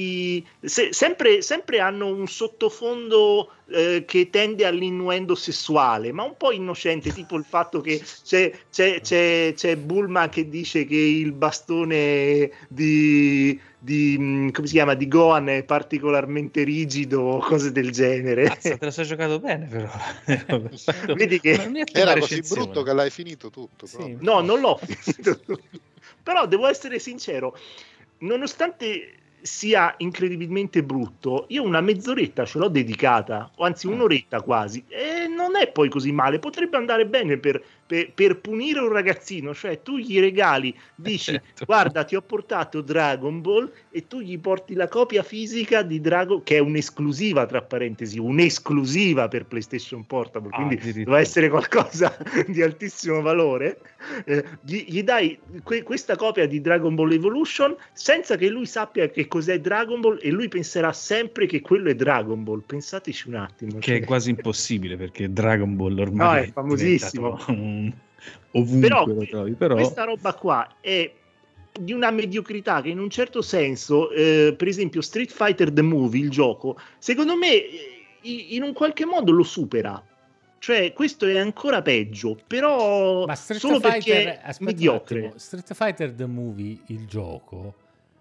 sempre hanno un sottofondo che tende all'innuendo sessuale, ma un po' innocente, tipo il fatto che c'è Bulma che dice che il bastone di come si chiama, di Gohan è particolarmente rigido, cose del genere. Cazzo, te lo sei giocato bene, però. Vedi che era così brutto che l'hai finito tutto. Sì. No, non l'ho finito. Però devo essere sincero, nonostante sia incredibilmente brutto, io una mezz'oretta ce l'ho dedicata, o anzi un'oretta quasi, e non è poi così male, potrebbe andare bene per per punire un ragazzino, cioè tu gli regali, dici certo. guarda ti ho portato Dragon Ball e tu gli porti la copia fisica di Dragon, che è un'esclusiva tra parentesi, un'esclusiva per PlayStation Portable, quindi doveva essere qualcosa di altissimo valore, gli dai questa copia di Dragon Ball Evolution senza che lui sappia che cos'è Dragon Ball e lui penserà sempre che quello è Dragon Ball. Pensateci un attimo, che è quasi impossibile perché Dragon Ball ormai è famosissimo, ovunque lo trovi, però questa roba qua è di una mediocrità che in un certo senso per esempio Street Fighter The Movie, il gioco, secondo me in un qualche modo lo supera, cioè questo è ancora peggio, però ma Street solo Fighter, perché è mediocre. Street Fighter The Movie, il gioco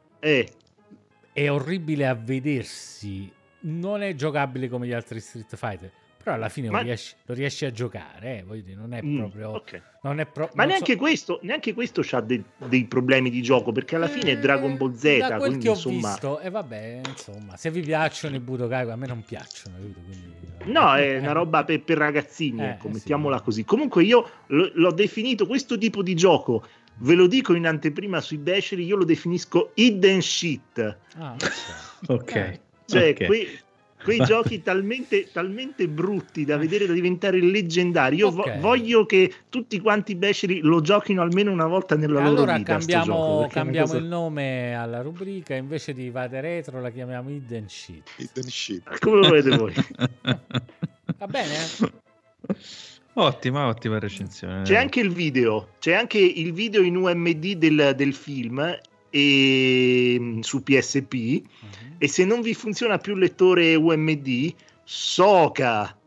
è orribile a vedersi, non è giocabile come gli altri Street Fighter, però alla fine lo riesci a giocare, voglio dire, non è proprio okay. Ma neanche questo c'ha dei problemi di gioco, perché alla fine è Dragon Ball Z, da quel quindi che ho insomma visto, vabbè, insomma, se vi piacciono i Budokai, a me non piacciono, quindi no, è una roba per ragazzini, ecco, mettiamola così. Comunque io l'ho definito questo tipo di gioco, ve lo dico in anteprima sui beceri, io lo definisco hidden shit. Ok. Cioè quei giochi talmente brutti da vedere, da diventare leggendari. Io voglio che tutti quanti i beceri lo giochino almeno una volta nella loro vita. Allora cambiamo il nome alla rubrica, invece di Vade Retro la chiamiamo Hidden Shit. Come lo volete voi? Va bene? Ottima recensione. C'è anche il video in UMD del film e su PSP, e se non vi funziona più il lettore UMD, Soca.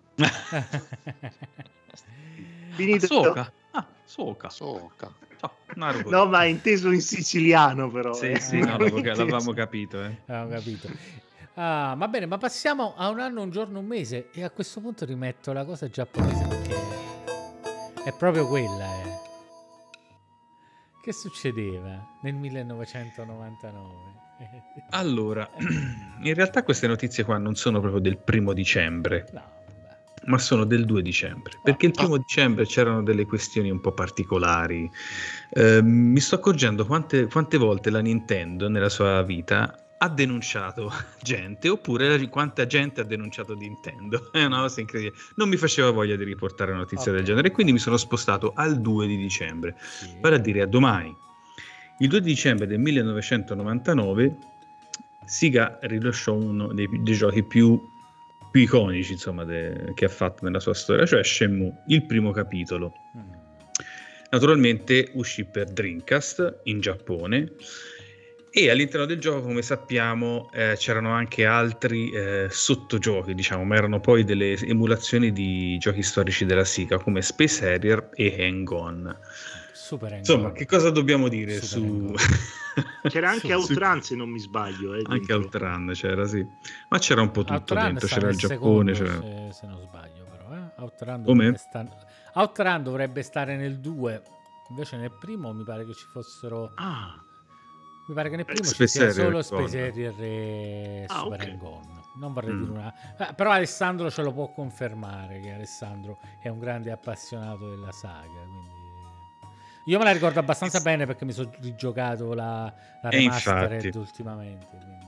Finito? Soca. No, ma inteso in siciliano, però. Sì, no, l'avevamo capito. Avevamo capito. Va bene, ma passiamo a un anno, un giorno, un mese, e a questo punto rimetto la cosa giapponese perché è proprio quella. Che succedeva nel 1999? Allora, in realtà queste notizie qua non sono proprio del 1 dicembre, ma sono del 2 dicembre, perché il 1 dicembre c'erano delle questioni un po' particolari. Mi sto accorgendo quante volte la Nintendo nella sua vita ha denunciato gente, oppure quanta gente ha denunciato Nintendo. È una cosa incredibile. Non mi faceva voglia di riportare una notizia del genere, e quindi mi sono spostato al 2 di dicembre, vale a dire a domani. Il 2 di dicembre del 1999 Sega rilasciò uno dei giochi più iconici, insomma, che ha fatto nella sua storia, cioè Shenmue, il primo capitolo. Naturalmente uscì per Dreamcast in Giappone, e all'interno del gioco, come sappiamo, c'erano anche altri sottogiochi, diciamo, ma erano poi delle emulazioni di giochi storici della Sega come Space Harrier e Hang-On. Insomma, che cosa dobbiamo dire su... C'era anche Outrun, se non mi sbaglio. Anche Outrun c'era, sì. Ma c'era un po' tutto Outrun dentro, c'era il Giappone. Se non sbaglio, però. Outrun dovrebbe stare nel 2, invece nel primo mi pare che ci fossero... Mi pare che nel primo ci sia solo Space Harrier e Super Hang-On. Non vorrei dire una... però Alessandro ce lo può confermare, che Alessandro è un grande appassionato della saga, quindi... Io me la ricordo abbastanza bene perché mi sono rigiocato la remastered ultimamente.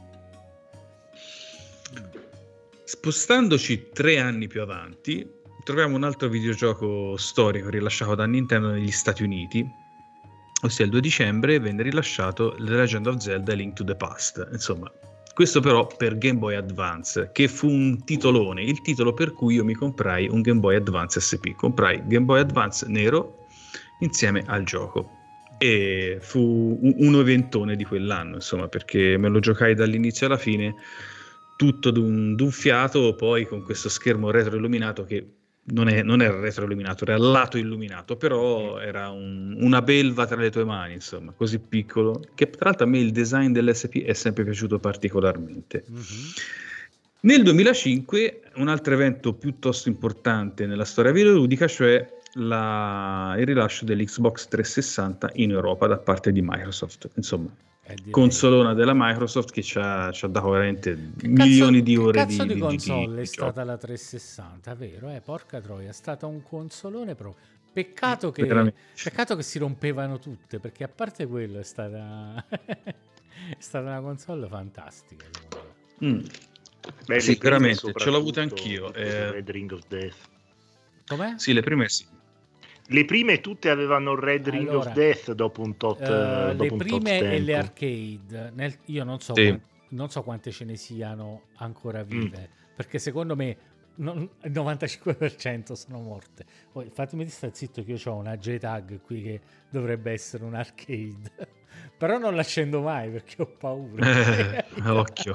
Quindi... Spostandoci 3 anni più avanti, troviamo un altro videogioco storico rilasciato da Nintendo negli Stati Uniti, ossia il 2 dicembre venne rilasciato The Legend of Zelda: A Link to the Past. Insomma, questo però per Game Boy Advance, che fu un titolone, il titolo per cui io mi comprai un Game Boy Advance SP. Comprai Game Boy Advance nero insieme al gioco, e fu un eventone di quell'anno, insomma, perché me lo giocai dall'inizio alla fine tutto d'un fiato, poi con questo schermo retroilluminato che non era retroilluminato, era lato illuminato, però era una belva tra le tue mani, insomma, così piccolo, che tra l'altro a me il design dell'SP è sempre piaciuto particolarmente. Nel 2005 un altro evento piuttosto importante nella storia videoludica, cioè il rilascio dell'Xbox 360 in Europa da parte di Microsoft. Insomma, consolona della Microsoft che ci ha dato veramente milioni di ore di console di è stata la 360, vero? Porca troia, è stata un consolone proprio. Peccato Veramente. che si rompevano tutte, perché a parte quello è stata è stata una console fantastica, secondo me. Mm. Beh, Sì, le prime veramente, ce l'ho avute soprattutto, anch'io. tipo Red Ring of Death. Com'è? Sì, le prime sì. Le prime tutte avevano Red Ring of Allora, Death dopo un tot, le dopo un tot prime e le tempo. arcade, io non so, Sì. non so quante ce ne siano ancora Mm. vive, perché secondo me il 95% sono morte. Poi fatemi stare zitto che io ho una JTAG qui che dovrebbe essere un arcade, però non l'accendo mai perché ho paura. Occhio.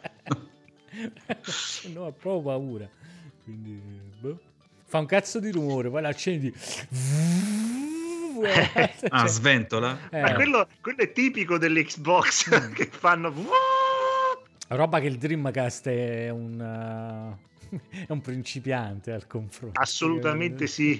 No, ho proprio paura. Quindi, boh. Fa un cazzo di rumore, poi l'accendi. Ah, sventola? Ma quello è tipico dell'Xbox che fanno roba che il Dreamcast è è un principiante al confronto. assolutamente sì.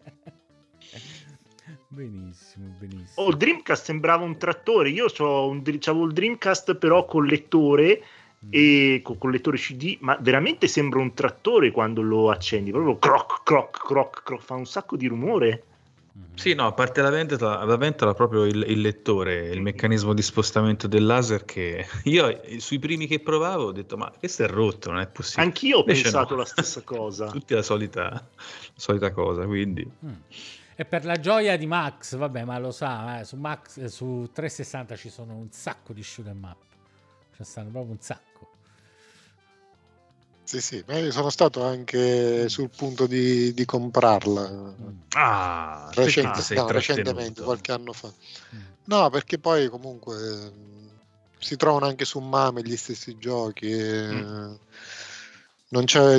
Benissimo, benissimo. Oh, il Dreamcast sembrava un trattore. Io c'avevo il Dreamcast però con lettore e con lettore CD, ma veramente sembra un trattore quando lo accendi, proprio croc croc croc croc, fa un sacco di rumore. Sì, no, a parte la ventola proprio il lettore, il meccanismo di spostamento del laser che io sui primi che provavo ho detto ma questo è rotto, non è possibile. Anch'io ho Invece pensato no. la stessa cosa. Tutti la solita cosa, quindi. E per la gioia di Max, vabbè, ma lo sa, su 360 ci sono un sacco di shoot 'em up. Ci stanno proprio un sacco. Sì, ma io sono stato anche sul punto di comprarla. Ah, perché ti sei Recentemente, trattenuto? qualche anno fa. No, perché poi comunque si trovano anche su MAME gli stessi giochi. Non c'è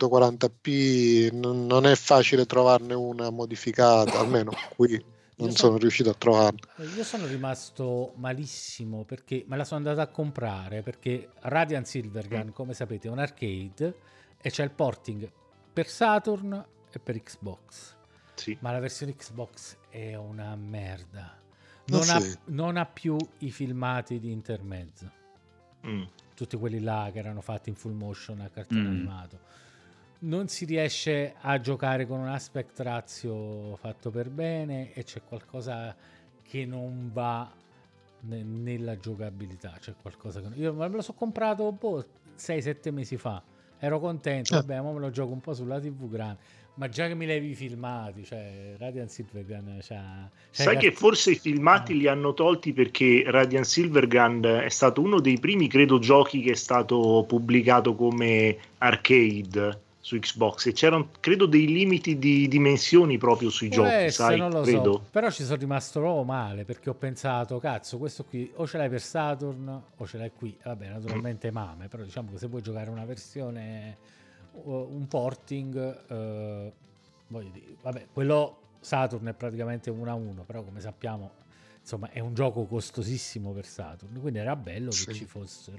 240p, non è facile trovarne una modificata, almeno qui non sono riuscito a trovarla. Io sono rimasto malissimo perché me la sono andata a comprare perché Radiant Silvergun, come sapete, è un arcade e c'è il porting per Saturn e per Xbox. Sì. Ma la versione Xbox è una merda. Sì. Non ha più i filmati di intermezzo. Tutti quelli là che erano fatti in full motion a cartone animato. Non si riesce a giocare con un aspect ratio fatto per bene e c'è qualcosa che non va nella giocabilità. C'è qualcosa che io me lo so comprato 6-7 mesi fa. Ero contento, vabbè, ma me lo gioco un po' sulla TV grande. Ma già che mi levi i filmati, cioè Radiant Silvergun sai che forse i filmati li hanno tolti perché Radiant Silvergun è stato uno dei primi, credo, giochi che è stato pubblicato come arcade su Xbox e c'erano, credo, dei limiti di dimensioni proprio sui giochi, sai, non lo credo. so, però ci sono rimasto proprio male perché ho pensato, cazzo, questo qui o ce l'hai per Saturn o ce l'hai qui, vabbè, naturalmente MAME, però diciamo che se vuoi giocare una versione, un porting, voglio dire, vabbè, quello Saturn è praticamente 1-1, però come sappiamo, insomma, è un gioco costosissimo per Saturn, quindi era bello che ci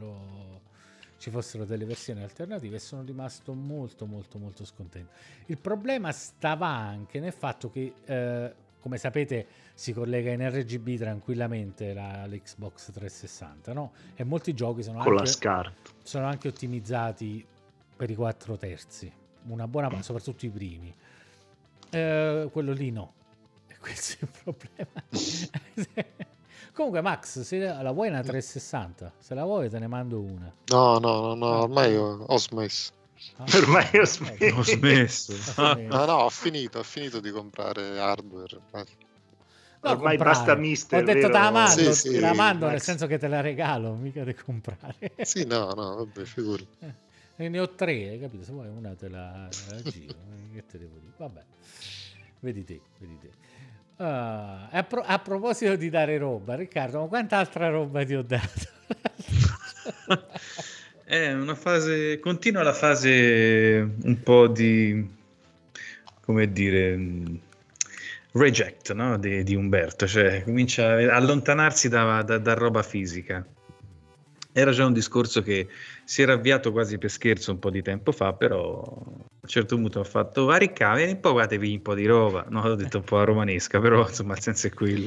fossero delle versioni alternative e sono rimasto molto molto molto scontento. Il problema stava anche nel fatto che come sapete si collega in RGB tranquillamente l'Xbox 360, no? E molti giochi sono anche ottimizzati per i 4/3, una buona soprattutto i primi. Quello lì no, e questo è il problema. Comunque Max, se la vuoi una 360, se la vuoi te ne mando una. No, ormai ho smesso. Ormai ho smesso. No, ho finito di comprare hardware. Ormai basta mister. Ho detto te la mando, Sì, te la mando Max. nel senso che te la regalo, mica di comprare. Sì, no, vabbè, figuri. Ne ho 3, hai capito? Se vuoi una te la giro. Che te devo dire? Vabbè, vedi te. A proposito di dare roba, Riccardo, ma quanta altra roba ti ho dato? È una fase, continua la fase un po' di, come dire, reject, no? di Umberto, cioè comincia a allontanarsi da roba fisica. Era già un discorso che si era avviato quasi per scherzo un po' di tempo fa, però a un certo punto ho fatto vari cavi e poi guardatevi un po' di roba, no, ho detto un po' a romanesca, però insomma il senso è quello.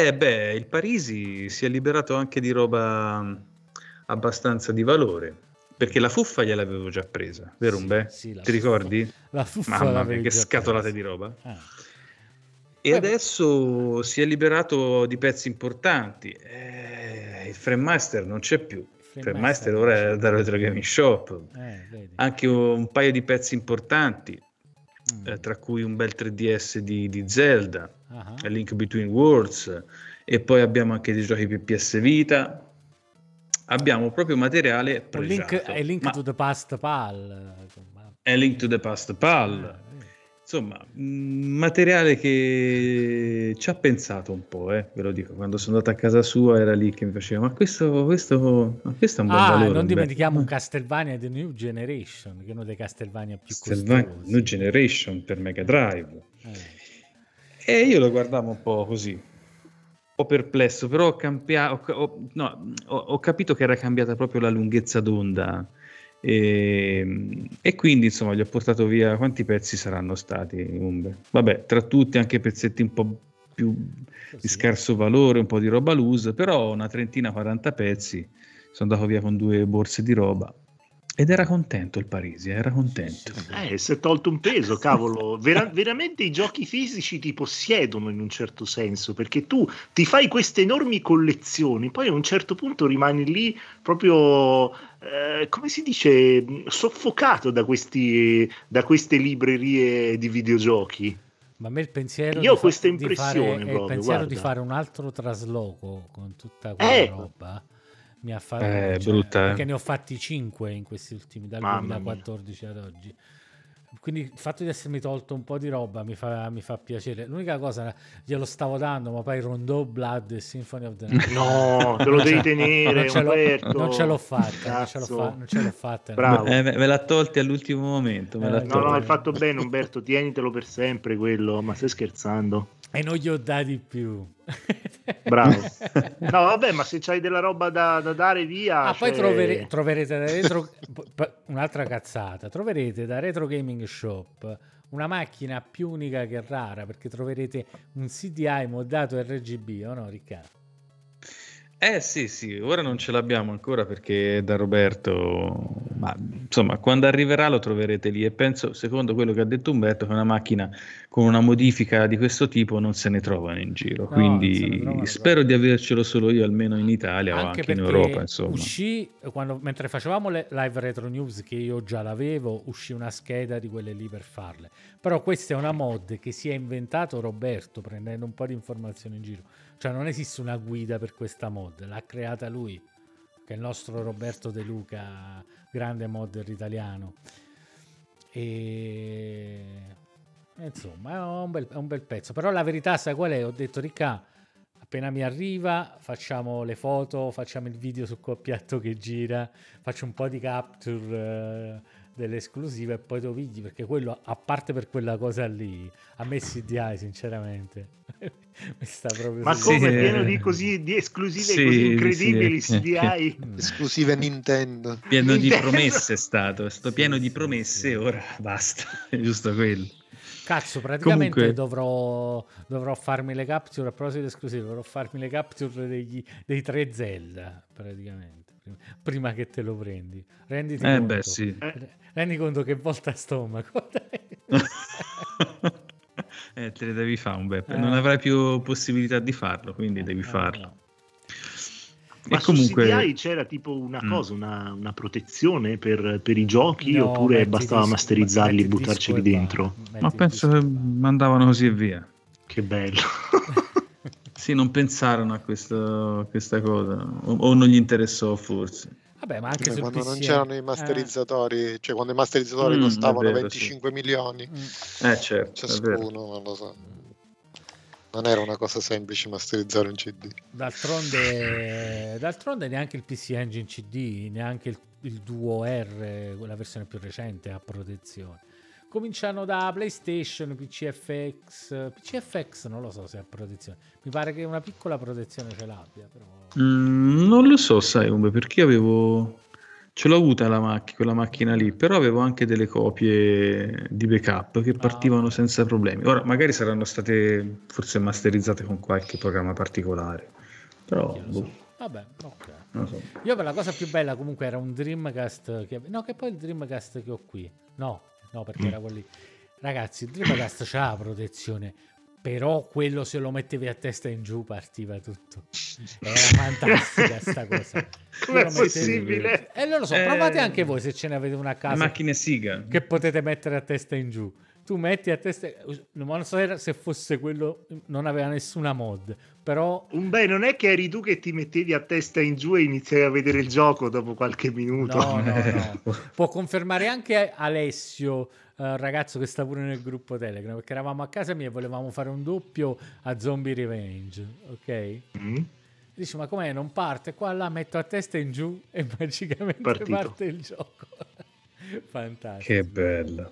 Il Parisi si è liberato anche di roba abbastanza di valore, perché la fuffa gliel'avevo già presa, vero Umbe? Sì, Ti ricordi? La fuffa Mamma mia, l'avevi che già scatolate presa. di roba. E adesso si è liberato di pezzi importanti. Il Framemaster non c'è più. Il Framemaster ora è da Retro Gaming Shop. vedi. Anche un paio di pezzi importanti, tra cui un bel 3DS di Zelda, A Link Between Worlds, e poi abbiamo anche dei giochi per PS Vita. Abbiamo proprio materiale pregiato. A Link to the Past PAL. A Link to the Past PAL. Insomma, materiale che ci ha pensato un po', ve lo dico. Quando sono andato a casa sua era lì che mi faceva, ma questo è un bel valore. Non dimentichiamo un Castlevania The New Generation, che è uno dei Castlevania più Castlevania costosi. New Generation per Mega Drive. E io lo guardavo un po' così, un po' perplesso, però ho capito che era cambiata proprio la lunghezza d'onda. E quindi insomma gli ho portato via, quanti pezzi saranno stati, Umbe? Vabbè, tra tutti anche pezzetti un po' più di scarso valore, un po' di roba loose, però una 30-40 pezzi. Sono andato via con 2 borse di roba ed era contento il Parisi, era contento. Si è tolto un peso, cavolo. Veramente i giochi fisici ti possiedono in un certo senso, perché tu ti fai queste enormi collezioni, poi a un certo punto rimani lì proprio, come si dice, soffocato da queste librerie di videogiochi. Ma a me il pensiero io ho questa impressione di fare un altro trasloco con tutta quella roba mi ha fatto brutta, perché ne ho fatti 5 in questi ultimi, dal 2014 ad oggi, quindi il fatto di essermi tolto un po' di roba mi fa piacere. L'unica cosa, glielo stavo dando, ma poi Rondeau, Blood e Symphony of the Night no, te lo devi tenere, non ce l'ho fatta. Bravo. Me l'ha tolti all'ultimo momento, no, hai fatto bene Umberto, tienitelo per sempre quello, ma stai scherzando? E non gli ho dati più. Bravo. No, vabbè, ma se c'hai della roba da dare via, poi troverete da retro un'altra cazzata. Troverete da Retro Gaming Shop una macchina più unica che rara, perché troverete un CDI moddato RGB, o no, Riccardo? Sì, ora non ce l'abbiamo ancora perché è da Roberto, ma insomma quando arriverà lo troverete lì, e penso, secondo quello che ha detto Umberto, che una macchina con una modifica di questo tipo non se ne trovano in giro, quindi spero di avercelo solo io, almeno in Italia o anche in Europa, insomma. Uscì, mentre facevamo le live retro news, che io già l'avevo, uscì una scheda di quelle lì per farle, però questa è una mod che si è inventato Roberto prendendo un po' di informazioni in giro. Cioè non esiste una guida per questa mod, l'ha creata lui, che è il nostro Roberto De Luca, grande modder italiano. E insomma è un bel pezzo. Però la verità, sai qual è? Ho detto, Ricca, appena mi arriva facciamo le foto, facciamo il video sul coppiatto che gira, faccio un po' di capture delle esclusive e poi te lo pigli, perché quello, a parte per quella cosa lì, a me CDI sinceramente mi sta proprio, ma come pieno di esclusive così incredibili, CDI esclusive Nintendo, pieno di promesse, sto pieno di promesse, ora basta, è giusto quello. Cazzo, praticamente dovrò farmi le capture, a proposito di esclusive, dovrò farmi le capture dei 3 Zelda praticamente prima che te lo prendi. Renditi conto. Beh, sì. Rendi conto che volta stomaco. Te le devi fare un Beppe. Non avrai più possibilità di farlo, quindi devi farlo. No. Ma comunque su CDI c'era tipo una cosa, una protezione per i giochi, oppure bastava masterizzarli e buttarceli dentro? Ma penso che mandavano così e via. Che bello. Sì, non pensarono a questa cosa, o non gli interessò forse. Vabbè, ma anche quando non c'erano i masterizzatori, cioè quando i masterizzatori costavano 25 milioni certo, ciascuno, non lo so. Non era una cosa semplice masterizzare un CD. D'altronde neanche il PC Engine CD, neanche il Duo R, la versione più recente, ha protezione. Cominciano da PlayStation, PCFX non lo so se ha protezione. Mi pare che una piccola protezione ce l'abbia, però non lo so, sai, perché ce l'ho avuta quella macchina lì, però avevo anche delle copie di backup che partivano senza problemi. Ora magari saranno state forse masterizzate con qualche programma particolare, però Vabbè, ok. Non so. Io per la cosa più bella comunque era un Dreamcast che poi il Dreamcast che ho qui. No, perché era quelli. Ragazzi, il Dreamcast c'ha la protezione, però quello se lo mettevi a testa in giù partiva tutto. Era fantastica sta cosa. Com'è possibile? E non lo so, provate anche voi se ce ne avete una a Le casa macchine Siga. che potete mettere a testa in giù. Tu metti a testa, ma non so se fosse quello, non aveva nessuna mod, però Non è che eri tu che ti mettevi a testa in giù e iniziavi a vedere il gioco dopo qualche minuto. no. Può confermare anche Alessio, ragazzo che sta pure nel gruppo Telegram, perché eravamo a casa mia e volevamo fare un doppio a Zombie Revenge, ok? Dici, ma com'è, non parte? Qua là metto a testa in giù e magicamente parte il gioco. Fantastico. Che bello.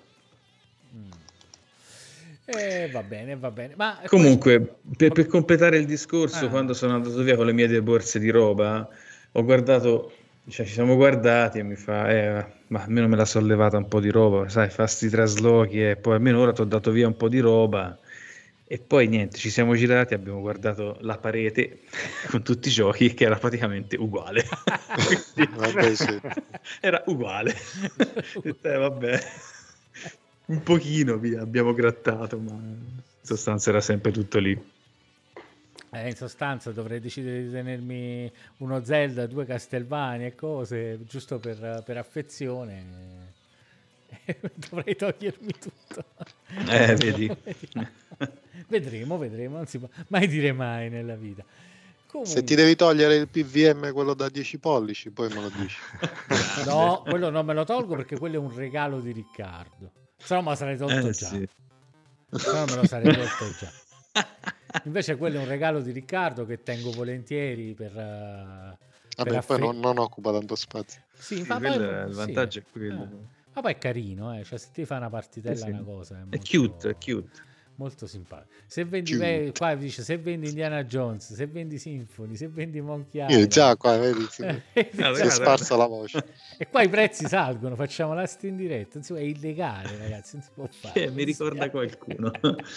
Va bene. Ma comunque, per completare il discorso, quando sono andato via con le mie 2 borse di roba, ho guardato, cioè ci siamo guardati e mi fa, ma almeno me la sono levata un po' di roba, sai, fa sti traslochi e poi almeno ora ti ho dato via un po' di roba. E poi niente, ci siamo girati, abbiamo guardato la parete con tutti i giochi che era praticamente uguale. Vabbè, sì. Era uguale. Vabbè. Un pochino abbiamo grattato, ma in sostanza era sempre tutto lì. In sostanza dovrei decidere di tenermi uno Zelda, 2 Castlevania e cose, giusto per affezione. Dovrei togliermi tutto. Vedi. Vedremo, non si può mai dire mai nella vita. Comunque... Se ti devi togliere il PVM, quello da 10 pollici, poi me lo dici. No, quello non me lo tolgo perché quello è un regalo di Riccardo. Se no me lo sarei tolto già. Sì. Se no me lo sarei tolto già. Invece quello è un regalo di Riccardo che tengo volentieri per Vabbè, poi non occupa tanto spazio. Sì, ma poi, il vantaggio è quello. Ma poi è carino, cioè se ti fa una partitella è una cosa. È cute. Molto simpatico. Se vendi qua dice se vendi Indiana Jones, se vendi Symphony, se vendi Monkey Island. Io già qua vedi, si è sparsa la voce. E qua i prezzi salgono, facciamo l'asta in diretta, insomma, è illegale, ragazzi, non si può fare. Mi ricorda qualcuno.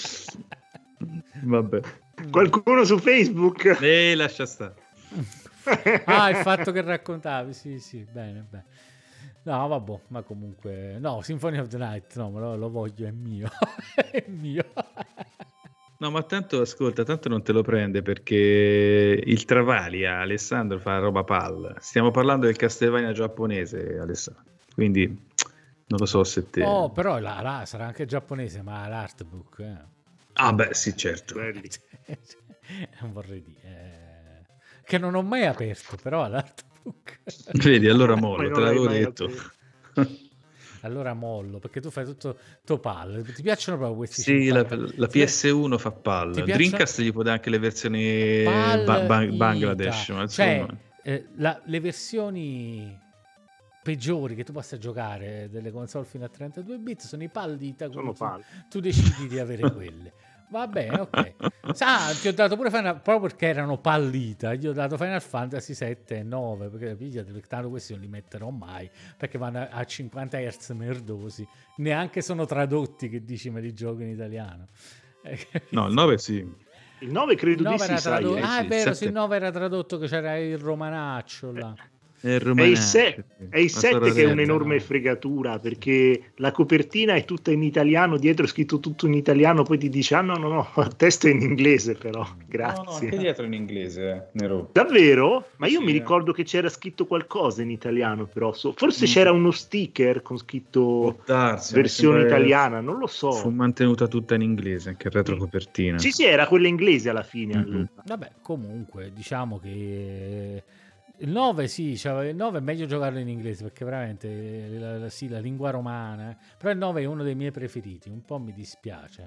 Vabbè. Qualcuno su Facebook? Lascia stare. Il fatto che raccontavi, sì, bene. No, vabbè, ma comunque... No, Symphony of the Night, no, ma lo voglio, è mio. È mio. No, ma tanto, ascolta, tanto non te lo prende perché il Travalia, Alessandro, fa roba palla. Stiamo parlando del Castlevania giapponese, Alessandro. Quindi, non lo so se te... Oh, però là sarà anche giapponese, ma l'artbook, Ah, beh, sì, certo. Non vorrei dire... Che non ho mai aperto, però l'artbook... Vedi, allora mollo, te l'avevo detto. Allora mollo, perché tu fai tutto Topal. Ti piacciono proprio questi? Sì, la PS1 fa palla. Dreamcast gli può dare anche le versioni Bangladesh. Ma cioè, le versioni peggiori che tu possa giocare delle console fino a 32 bit sono i PAL di Ita. Tu decidi di avere quelle. Va bene, ok. Ti ho dato pure proprio perché erano pallita. Gli ho dato Final Fantasy 7 e 9 perché tanto questi non li metterò mai perché vanno a 50 Hz merdosi. Neanche sono tradotti, che dici me li gioco in italiano. No, il 9 sì. Il 9 credo di sì, sai. È vero, il 9 era tradotto, che c'era il romanaccio là. È il 7 che è un'enorme fregatura, perché la copertina è tutta in italiano, dietro è scritto tutto in italiano, poi ti dice no, il testo è in inglese, però grazie. No, anche dietro in inglese, Nero. Davvero? Ma io mi ricordo che c'era scritto qualcosa in italiano, però forse c'era uno sticker con scritto versione italiana, non lo so. Fu mantenuta tutta in inglese, anche il retrocopertina. Sì, era quella inglese alla fine. Allora. Vabbè, comunque diciamo che il 9 sì, cioè, il 9 è meglio giocarlo in inglese perché veramente la lingua romana, però il 9 è uno dei miei preferiti, un po' mi dispiace.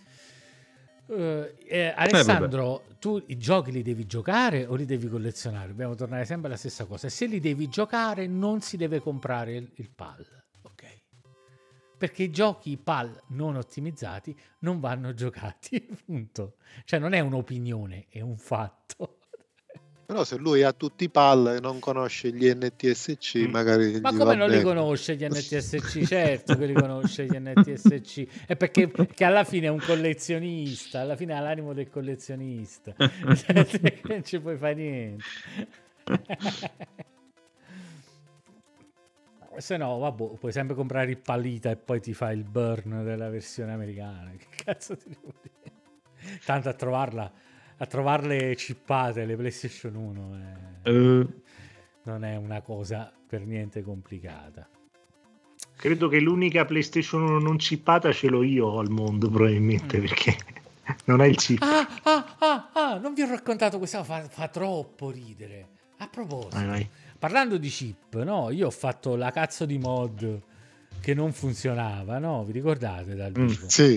Alessandro, tu i giochi li devi giocare o li devi collezionare? Dobbiamo tornare sempre alla stessa cosa. Se li devi giocare non si deve comprare il PAL, ok? Perché i giochi PAL non ottimizzati non vanno giocati, punto. Cioè non è un'opinione, è un fatto. Però se lui ha tutti i PAL e non conosce gli NTSC, magari... Ma come non li conosce gli NTSC? Certo che li conosce gli NTSC. È perché alla fine è un collezionista, alla fine ha l'animo del collezionista. Non ci puoi fare niente. Se no, vabbè, puoi sempre comprare il Palita e poi ti fa il burn della versione americana. Che cazzo ti devo dire? Tanto a trovarle chippate le PlayStation 1 non è una cosa per niente complicata. Credo che l'unica PlayStation 1 non chippata ce l'ho io al mondo, probabilmente, perché non ha il chip. Non vi ho raccontato questa, fa troppo ridere. A proposito, Vai. parlando di chip, no? Io ho fatto la cazzo di mod che non funzionava, no? Vi ricordate dal vivo? Sì.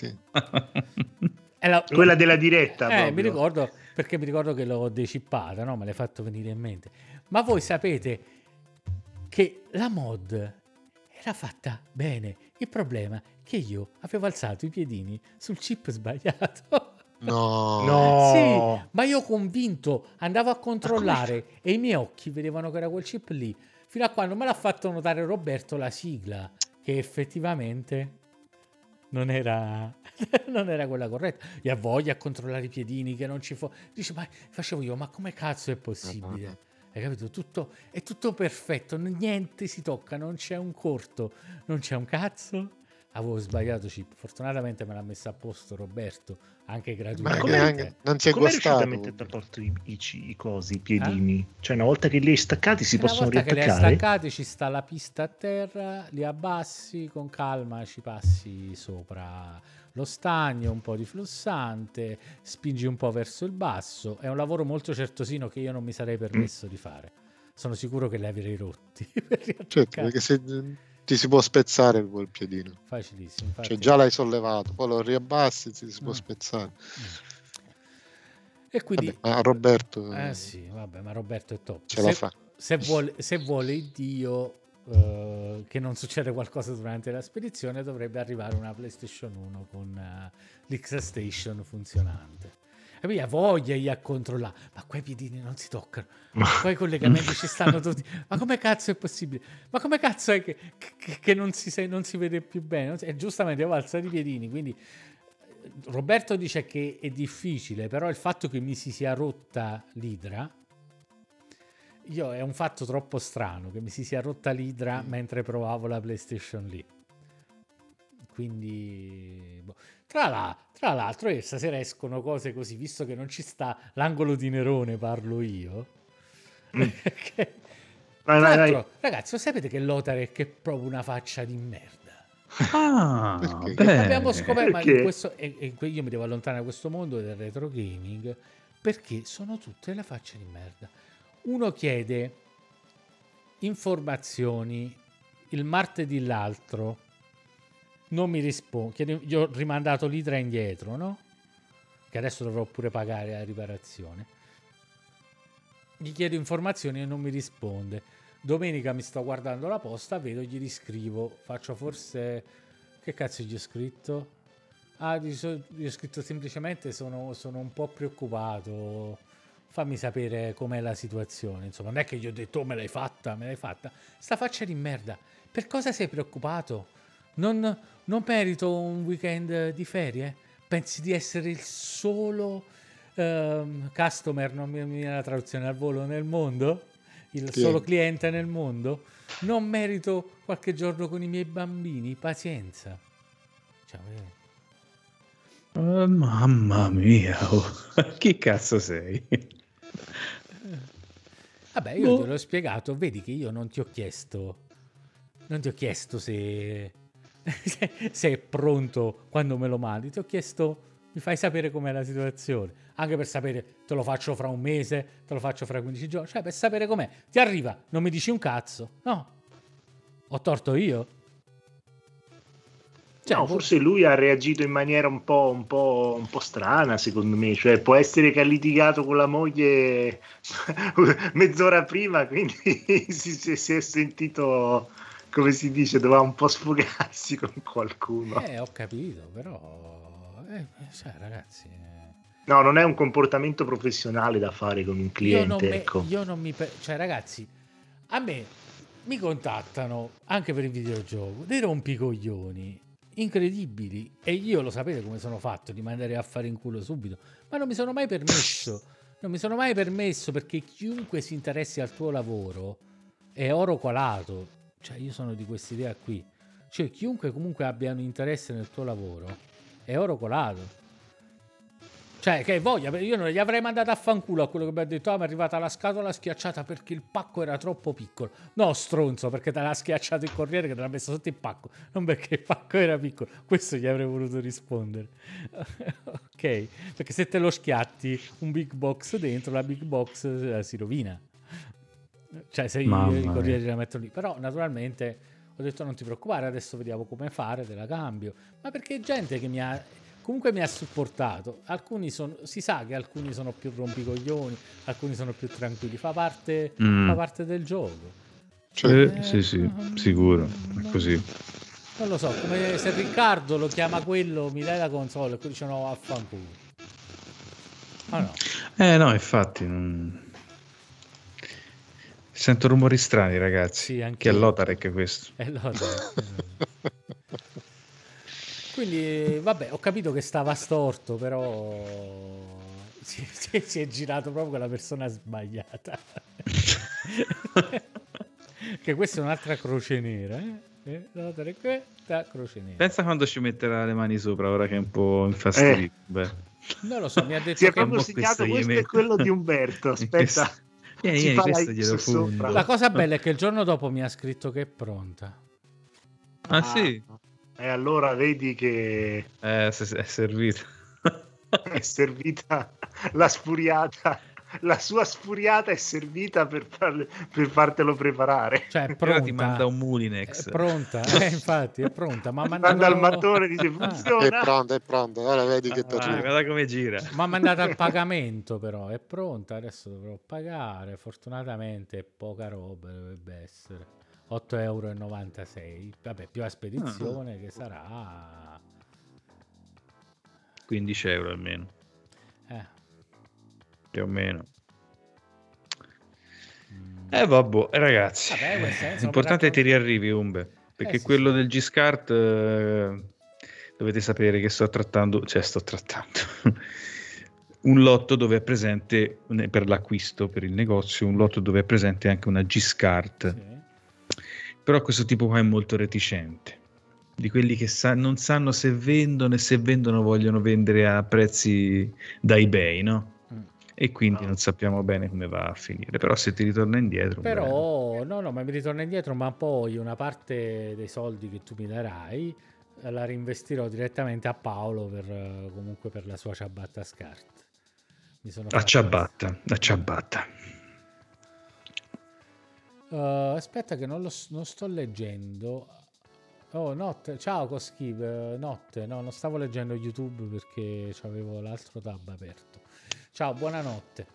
Quella della diretta. Mi ricordo, perché mi ricordo che l'ho decippata, no? Me l'hai fatto venire in mente. Ma voi sapete che la mod era fatta bene. Il problema è che io avevo alzato i piedini sul chip sbagliato. No. Sì, ma io convinto andavo a controllare e i miei occhi vedevano che era quel chip lì, fino a quando me l'ha fatto notare Roberto la sigla, che effettivamente non era quella corretta. E a voglia a controllare i piedini che non ci dice, ma facevo io, ma come cazzo è possibile? Hai capito? È tutto perfetto, niente si tocca, non c'è un corto, non c'è un cazzo. Avevo sbagliato chip, fortunatamente me l'ha messa a posto Roberto, anche gratuitamente. Non si è come riuscito a guastato. mettere a posto i piedini? Cioè, una volta che li hai staccati si possono riattaccare? Una volta che li hai staccati ci sta la pista a terra, li abbassi con calma, ci passi sopra lo stagno, un po' di flussante, spingi un po' verso il basso. È un lavoro molto certosino che io non mi sarei permesso di fare. Sono sicuro che li avrei rotti. Certo, perché se ti si può spezzare quel piedino. Facilissimo. Infatti. Cioè, già l'hai sollevato, poi lo riabbassi, si può spezzare. E quindi vabbè, ma Roberto sì, vabbè, ma Roberto è top. Ce la fa. Se vuole Dio che non succede qualcosa durante la spedizione, dovrebbe arrivare una PlayStation 1 con l'X-Station funzionante. E poi ha voglia io a controllare, ma quei piedini non si toccano, ma poi i collegamenti ci stanno tutti, ma come cazzo è possibile? Ma come cazzo è che non si vede più bene? E giustamente avevo alzato i piedini, quindi Roberto dice che è difficile, però il fatto che mi si sia rotta l'idra, è un fatto troppo strano che mi si sia rotta l'idra mentre provavo la PlayStation lì. Quindi tra l'altro stasera escono cose così, visto che non ci sta l'angolo di Nerone, parlo io. Vai. Ragazzi, lo sapete che Lotarek è proprio una faccia di merda? Abbiamo scoperto, ma perché? io mi devo allontanare da questo mondo del retro gaming, perché sono tutte la faccia di merda. Uno chiede informazioni il martedì l'altro, non mi risponde, gli ho rimandato l'idra indietro, no? Che adesso dovrò pure pagare la riparazione. Gli chiedo informazioni e non mi risponde. Domenica mi sto guardando la posta, vedo, gli riscrivo, faccio forse... Che cazzo gli ho scritto? Gli ho scritto semplicemente sono un po' preoccupato, fammi sapere com'è la situazione. Insomma, non è che gli ho detto me l'hai fatta. Sta faccia di merda. Per cosa sei preoccupato? Non merito un weekend di ferie? Pensi di essere il solo customer, non mi viene la traduzione al volo, nel mondo? Il solo cliente nel mondo? Non merito qualche giorno con i miei bambini? Pazienza. Ciao. Mamma mia, chi cazzo sei? Vabbè, io te l'ho spiegato, vedi che io non ti ho chiesto se è pronto quando me lo mandi, ti ho chiesto, mi fai sapere com'è la situazione, anche per sapere, te lo faccio fra un mese, te lo faccio fra 15 giorni, cioè per sapere com'è. Ti arriva, non mi dici un cazzo, no? Ho torto io? Cioè, no, forse lui ha reagito in maniera un po' strana, secondo me. Cioè, può essere che ha litigato con la moglie mezz'ora prima, quindi si è sentito, come si dice, doveva un po' sfogarsi con qualcuno. Ho capito, però cioè, ragazzi, no, non è un comportamento professionale da fare con un cliente. Io non mi cioè, ragazzi, a me mi contattano anche per il videogioco dei rompicoglioni incredibili, e io lo sapete come sono fatto di mandare a fare in culo subito, ma non mi sono mai permesso non mi sono mai permesso, perché chiunque si interessi al tuo lavoro è oro colato. Cioè, io sono di quest'idea qui. Cioè, chiunque comunque abbia un interesse nel tuo lavoro è oro colato. Cioè, che voglia, io non gli avrei mandato a fanculo a quello che mi ha detto: mi è arrivata la scatola schiacciata perché il pacco era troppo piccolo. No, stronzo, perché te l'ha schiacciato il corriere che te l'ha messo sotto il pacco, non perché il pacco era piccolo. Questo gli avrei voluto rispondere. Ok, perché se te lo schiatti un big box dentro, la big box si rovina. Cioè, se i corrieri la mettono lì. Però, naturalmente, ho detto: non ti preoccupare, adesso vediamo come fare, te la cambio. Ma perché gente che mi ha supportato. Alcuni si sa che alcuni sono più rompicoglioni, alcuni sono più tranquilli, fa parte del gioco. Sì, sicuro, è così. Non lo so, come se Riccardo lo chiama quello, mi dai la console, e quello dice no, affanculo. No. No, infatti sento rumori strani, ragazzi. Sì, anche che è Lotarek questo. È Lotarek. Quindi, vabbè, ho capito che stava storto, però si è girato proprio con la persona sbagliata. Che questa è un'altra croce nera, croce nera. Pensa quando ci metterà le mani sopra, ora che è un po' infastidito. Non lo so, mi ha detto si è che proprio segnato, questo è quello di Umberto, aspetta. questo glielo sopra. La cosa bella è che il giorno dopo mi ha scritto che è pronta. Ah sì? E allora vedi che è servita. È servita la sfuriata. La sua sfuriata è servita per fartelo preparare. Cioè, è pronta. Ti manda un Mulinex. È pronta, infatti, è pronta. Ma manda al mattone, dice funziona. È pronta. Ora vedi che guarda come gira. Ma ha mandato al pagamento, però è pronta. Adesso dovrò pagare. Fortunatamente è poca roba, dovrebbe essere 8,96 €. Vabbè, più la spedizione che sarà 15 € almeno. Più o meno. Vabbè, ragazzi. Vabbè, l'importante è che ti riarrivi, Umbe, perché quello del G-Scart dovete sapere che sto trattando un lotto dove è presente, per l'acquisto, per il negozio, un lotto dove è presente anche una G-Scart. Sì. Però questo tipo qua è molto reticente, di quelli che non sanno se vendono, e se vendono vogliono vendere a prezzi da eBay, no? E quindi non sappiamo bene come va a finire. Però se ti ritorna indietro, però no, ma mi ritorna indietro, ma poi una parte dei soldi che tu mi darai la reinvestirò direttamente a Paolo comunque per la sua ciabatta Scart. La ciabatta. Aspetta che non sto leggendo. Oh, notte, ciao Coschi, notte. No, non stavo leggendo YouTube perché c'avevo l'altro tab aperto. Ciao, buonanotte.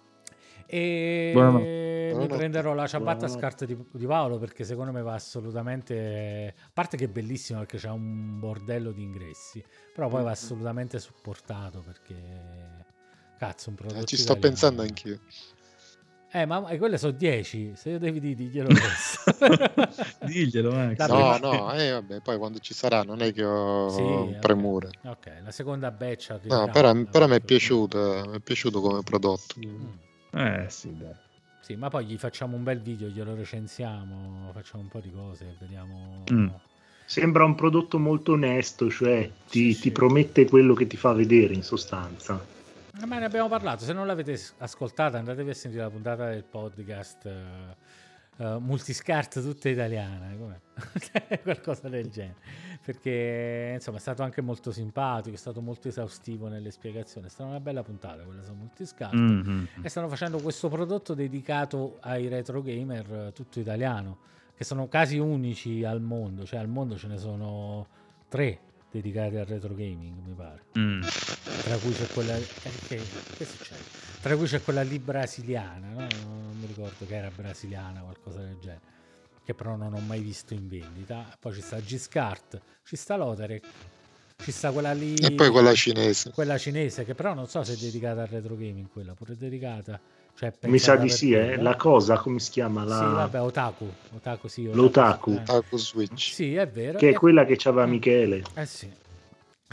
E mi prenderò la ciabatta Scart di Paolo, perché secondo me va assolutamente, a parte che è bellissimo perché c'è un bordello di ingressi, però poi va assolutamente supportato, perché cazzo, un prodotto ci sto pensando anch'io. Ma quelle sono 10, se io devi diglielo adesso. Diglielo, Max. Vabbè, poi quando ci sarà non è che ho premura. Ok, la seconda batch arriverà. No, però mi è piaciuto come prodotto. Sì, dai. Sì, ma poi gli facciamo un bel video, glielo recensiamo, facciamo un po' di cose, vediamo. Sembra un prodotto molto onesto, cioè ti promette quello che ti fa vedere, in sostanza. Ma ne abbiamo parlato, se non l'avete ascoltata andatevi a sentire la puntata del podcast Multiscart tutta italiana, qualcosa del genere, perché insomma è stato anche molto simpatico, è stato molto esaustivo nelle spiegazioni, è stata una bella puntata quella su Multiscart. E stanno facendo questo prodotto dedicato ai retro gamer tutto italiano, che sono casi unici al mondo, cioè al mondo ce ne sono 3 dedicati al retro gaming, mi pare. Tra cui c'è quella che succede? Tra cui c'è quella lì brasiliana, no? Non mi ricordo che era brasiliana, qualcosa del genere, che però non ho mai visto in vendita. Poi ci sta G-Scart, ci sta Lotarek, ci sta quella lì, e poi quella cinese, che però non so se è dedicata al retro gaming, quella pure è dedicata, cioè mi sa di sì, la cosa, come si chiama? Sì, vabbè, Otaku, sì, l'Otaku. Otaku Switch. Sì, è vero. Che è quella che c'aveva Michele. Sì.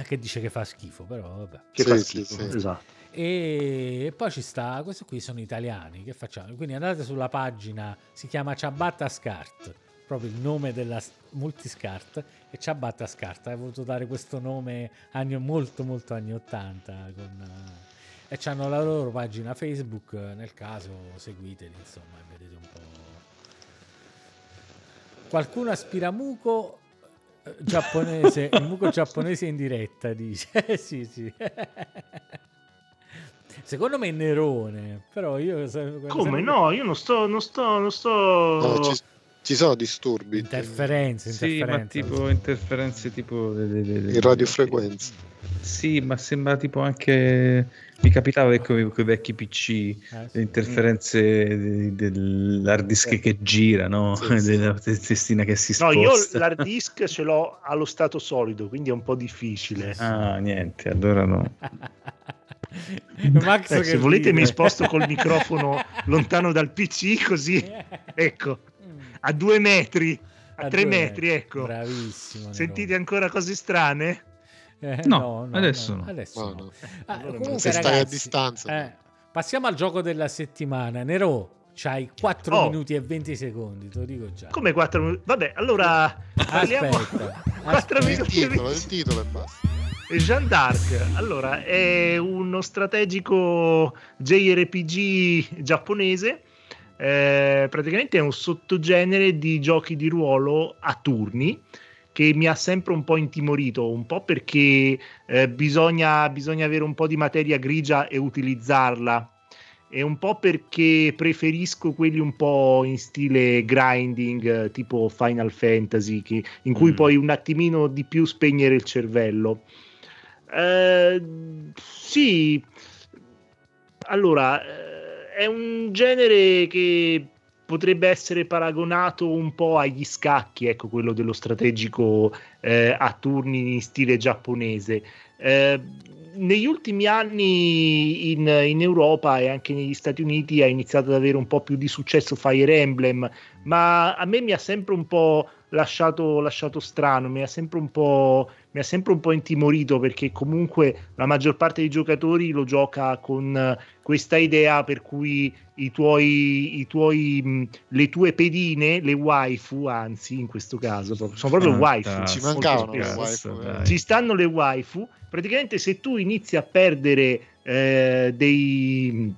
che dice che fa schifo, però vabbè. Che Sì, fa sì, schifo, sì. esatto. E poi ci sta, questi qui sono italiani, che facciamo? Quindi andate sulla pagina, si chiama Ciabatta Scart, proprio il nome della Multiscart, e Ciabatta Scart ha voluto dare questo nome molto molto anni 80 e c'hanno la loro pagina Facebook, nel caso seguiteli, insomma, e vedete un po'. Qualcuno aspira muco giapponese, il muco giapponese in diretta, dice. Sì. Secondo me è Nerone, però io Come no? Io non sto No, ci sono disturbi interferenze. Sì, ma tipo interferenze tipo in radiofrequenza. Sì, ma sembra tipo anche mi capitava con i vecchi PC, le interferenze dell'hard disk che gira, no? Sì. Della testina che si No, sposta. io l'hard disk ce l'ho allo stato solido, quindi è un po' difficile. Ah, niente, allora no. Max che Se volete ride. mi sposto col microfono lontano dal PC, così, ecco, a 2 metri, a 3 metri, ecco. Bravissimo. Sentite ancora cose strane? No, adesso no. No. Comunque, Se ragazzi, stai a distanza. passiamo al gioco della settimana. Nero, c'hai 4 minuti e 20 secondi, te lo dico già. Come 4 minuti? Vabbè, allora parliamo. Aspetta. 4 minuti e 20. Il titolo e basta. Jeanne d'Arc, allora, è uno strategico JRPG giapponese, praticamente è un sottogenere di giochi di ruolo a turni che mi ha sempre un po' intimorito, un po' perché bisogna avere un po' di materia grigia e utilizzarla, e un po' perché preferisco quelli un po' in stile grinding, tipo Final Fantasy, in cui puoi un attimino di più spegnere il cervello. Sì, allora è un genere che potrebbe essere paragonato un po' agli scacchi, ecco, quello dello strategico a turni in stile giapponese. Negli ultimi anni in Europa e anche negli Stati Uniti ha iniziato ad avere un po' più di successo Fire Emblem, ma a me mi ha sempre un po' lasciato strano, mi ha sempre un po' intimorito, perché comunque la maggior parte dei giocatori lo gioca con questa idea per cui le tue pedine, le waifu, anzi in questo caso sono proprio waifu, ci mancavano le waifu, ci stanno le waifu. Praticamente se tu inizi a perdere dei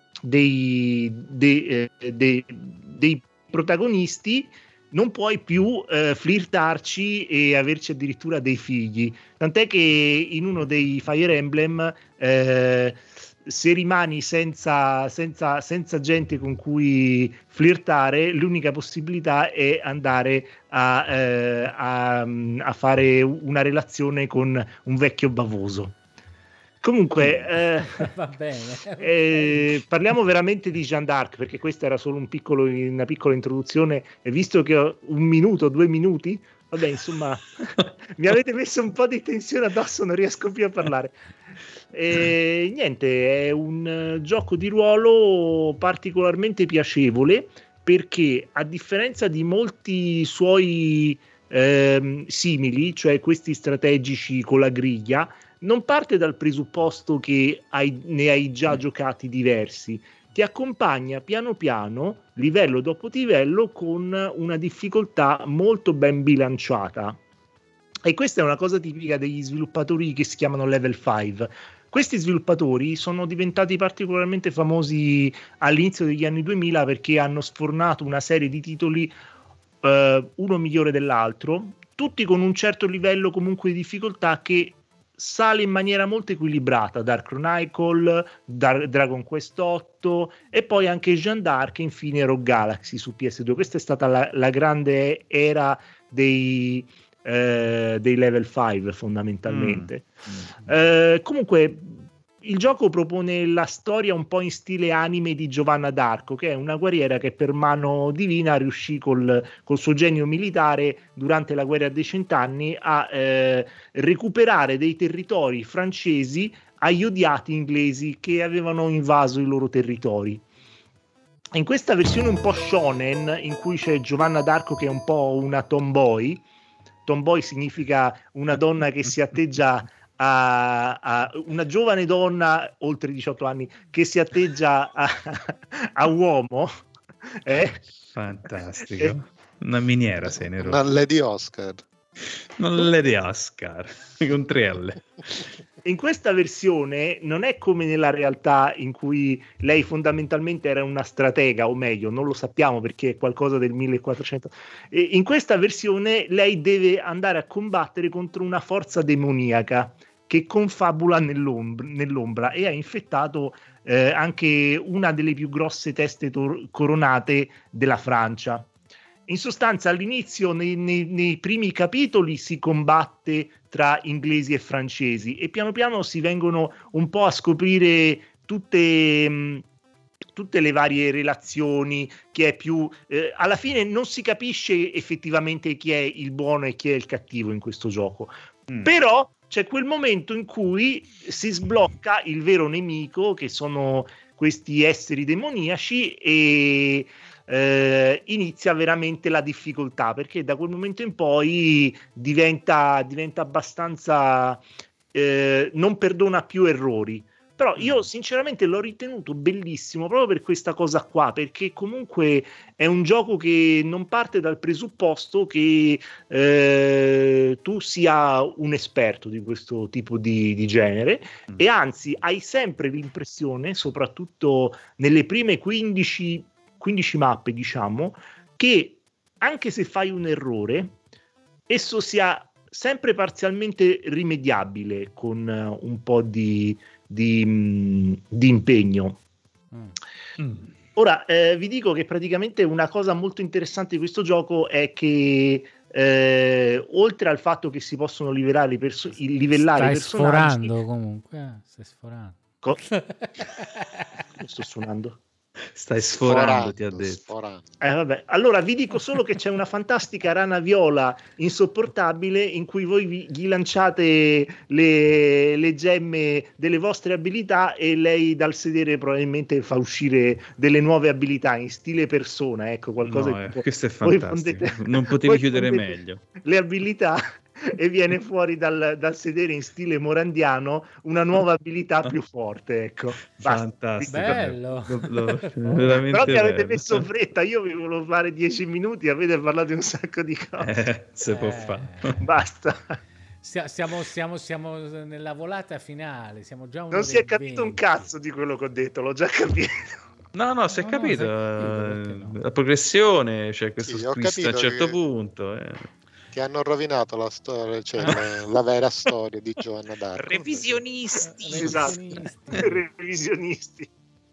protagonisti, non puoi più flirtarci e averci addirittura dei figli, tant'è che in uno dei Fire Emblem se rimani senza gente con cui flirtare, l'unica possibilità è andare a fare una relazione con un vecchio bavoso. Comunque va bene. Parliamo veramente di Jeanne d'Arc, perché questa era solo una piccola introduzione, e visto che ho 1 minuto, 2 minuti, vabbè, insomma mi avete messo un po' di tensione addosso, non riesco più a parlare. Niente, è un gioco di ruolo particolarmente piacevole, perché a differenza di molti suoi simili, cioè questi strategici con la griglia, non parte dal presupposto che ne hai già giocati diversi, ti accompagna piano piano, livello dopo livello, con una difficoltà molto ben bilanciata. E questa è una cosa tipica degli sviluppatori che si chiamano Level 5. Questi sviluppatori sono diventati particolarmente famosi all'inizio degli anni 2000 perché hanno sfornato una serie di titoli, uno migliore dell'altro, tutti con un certo livello comunque di difficoltà che sale in maniera molto equilibrata: Dark Chronicle, Dragon Quest 8 e poi anche Jeanne d'Arc e infine Rogue Galaxy su PS2. Questa è stata la grande era dei Level 5 fondamentalmente. Comunque il gioco propone la storia un po' in stile anime di Giovanna d'Arco, che è una guerriera che per mano divina riuscì col suo genio militare durante la guerra dei 100 anni a recuperare dei territori francesi agli odiati inglesi che avevano invaso i loro territori. In questa versione un po' shonen, in cui c'è Giovanna d'Arco che è un po' una tomboy significa una donna che si atteggia a una giovane donna oltre 18 anni che si atteggia a uomo. Fantastico. Una miniera sei, Nero. Una Lady Oscar. Non Lady Oscar con 3L. In questa versione non è come nella realtà, in cui lei fondamentalmente era una stratega, o meglio, non lo sappiamo perché è qualcosa del 1400. E in questa versione lei deve andare a combattere contro una forza demoniaca che confabula nell'ombra e ha infettato anche una delle più grosse teste coronate della Francia. In sostanza, all'inizio, nei primi capitoli, si combatte tra inglesi e francesi e piano piano si vengono un po' a scoprire tutte le varie relazioni, chi è più... alla fine non si capisce effettivamente chi è il buono e chi è il cattivo in questo gioco. Però c'è quel momento in cui si sblocca il vero nemico, che sono questi esseri demoniaci, e inizia veramente la difficoltà, perché da quel momento in poi diventa abbastanza non perdona più errori. Però io sinceramente l'ho ritenuto bellissimo proprio per questa cosa qua, perché comunque è un gioco che non parte dal presupposto che tu sia un esperto di questo tipo di genere, e anzi hai sempre l'impressione, soprattutto nelle prime 15 mappe, diciamo, che anche se fai un errore, esso sia sempre parzialmente rimediabile con un po' di impegno. Ora vi dico che praticamente una cosa molto interessante di questo gioco è che oltre al fatto che si possono livellare i personaggi. Stai sforando comunque, stai sforando. Sto suonando. Stai sforando, ti ha detto. Vabbè. Allora vi dico solo che c'è una fantastica rana viola insopportabile in cui voi gli lanciate le gemme delle vostre abilità e lei dal sedere probabilmente fa uscire delle nuove abilità in stile Persona, ecco, qualcosa. No, questo è fantastico. Non potevi chiudere meglio le abilità e viene fuori dal sedere in stile morandiano una nuova abilità più forte, ecco. Fantastico, bello. Però mi avete messo fretta, io vi volevo fare 10 minuti, avete parlato di un sacco di cose. Se può fare. Basta. Siamo nella volata finale, siamo già non si è capito 20. Un cazzo di quello che ho detto, l'ho già capito. No, si è capito. La progressione, cioè questo twist a un certo punto. Che hanno rovinato la storia, cioè la vera storia di Joanna d'Arc. Revisionisti. Esatto. Revisionisti.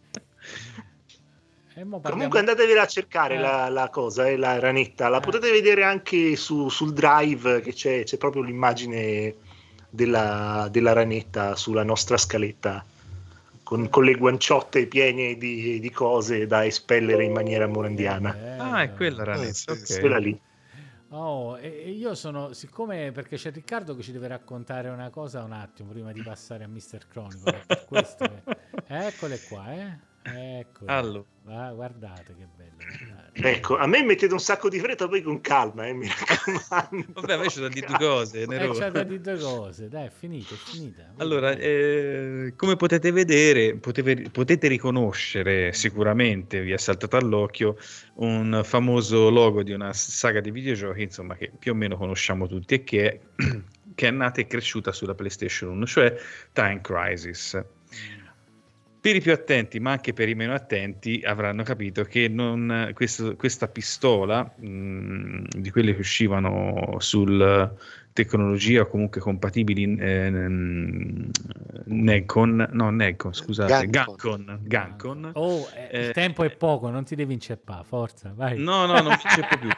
Comunque andatevi a cercare la cosa, la ranetta, la potete vedere anche sul Drive, che c'è proprio l'immagine della ranetta sulla nostra scaletta, con le guanciotte piene di cose da espellere in maniera morandiana. È quella ranetta, ok. Quella lì. E io siccome perché c'è Riccardo che ci deve raccontare una cosa un attimo prima di passare a Mr. Chronicle, per questo eccole qua, ecco. Allora. Guardate che bello, guardate. Ecco, a me mettete un sacco di fretta, poi con calma, mi raccomando. Vabbè, invece da dire due cose, c'è da dire due cose, dai, è finita. Allora, come potete vedere, potete riconoscere sicuramente, vi è saltato all'occhio, un famoso logo di una saga di videogiochi, insomma, che più o meno conosciamo tutti e che è nata e cresciuta sulla PlayStation 1, cioè Time Crisis. Per i più attenti, ma anche per i meno attenti, avranno capito che questa pistola, di quelle che uscivano sul tecnologia o comunque compatibili Gancon. Il tempo è poco, non ti devi inceppare, forza, vai. No, non mi inceppo più.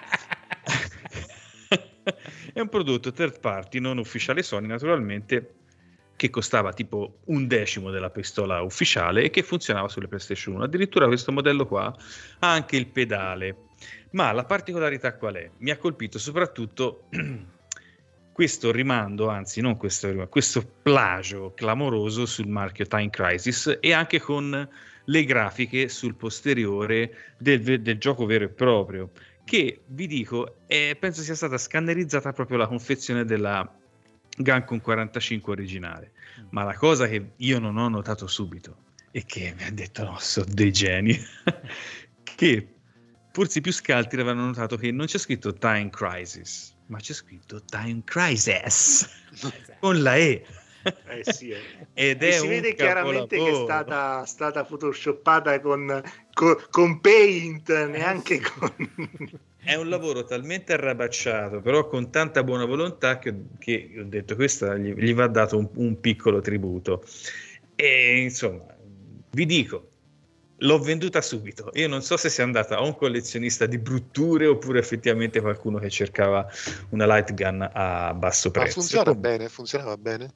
È un prodotto third party, non ufficiale Sony, naturalmente, che costava tipo 1/10 della pistola ufficiale e che funzionava sulle PlayStation 1. Addirittura questo modello qua ha anche il pedale. Ma la particolarità qual è? Mi ha colpito soprattutto questo rimando, anzi non questo plagio clamoroso sul marchio Time Crisis, e anche con le grafiche sul posteriore del gioco vero e proprio, che vi dico, penso sia stata scannerizzata proprio la confezione Gancon 45 originale. Ma la cosa che io non ho notato subito e che mi ha detto no, sono dei geni, che forse i più scaltri avevano notato che non c'è scritto Time Crisis, ma c'è scritto Time Crisis con la E. Sì, Ed e è si un vede chiaramente che è capolavoro. stata photoshoppata con Paint, neanche sì. con... È un lavoro talmente arrabacciato, però con tanta buona volontà che ho detto questa gli va dato un piccolo tributo. E insomma, vi dico, l'ho venduta subito. Io non so se sia andata a un collezionista di brutture oppure effettivamente qualcuno che cercava una light gun a basso Ma prezzo. funziona bene? Funzionava bene?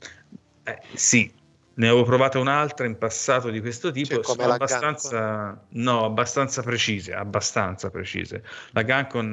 Sì, ne avevo provata un'altra in passato di questo Cioè, tipo, come sono la Gancon? abbastanza precise, abbastanza precise. La Gancon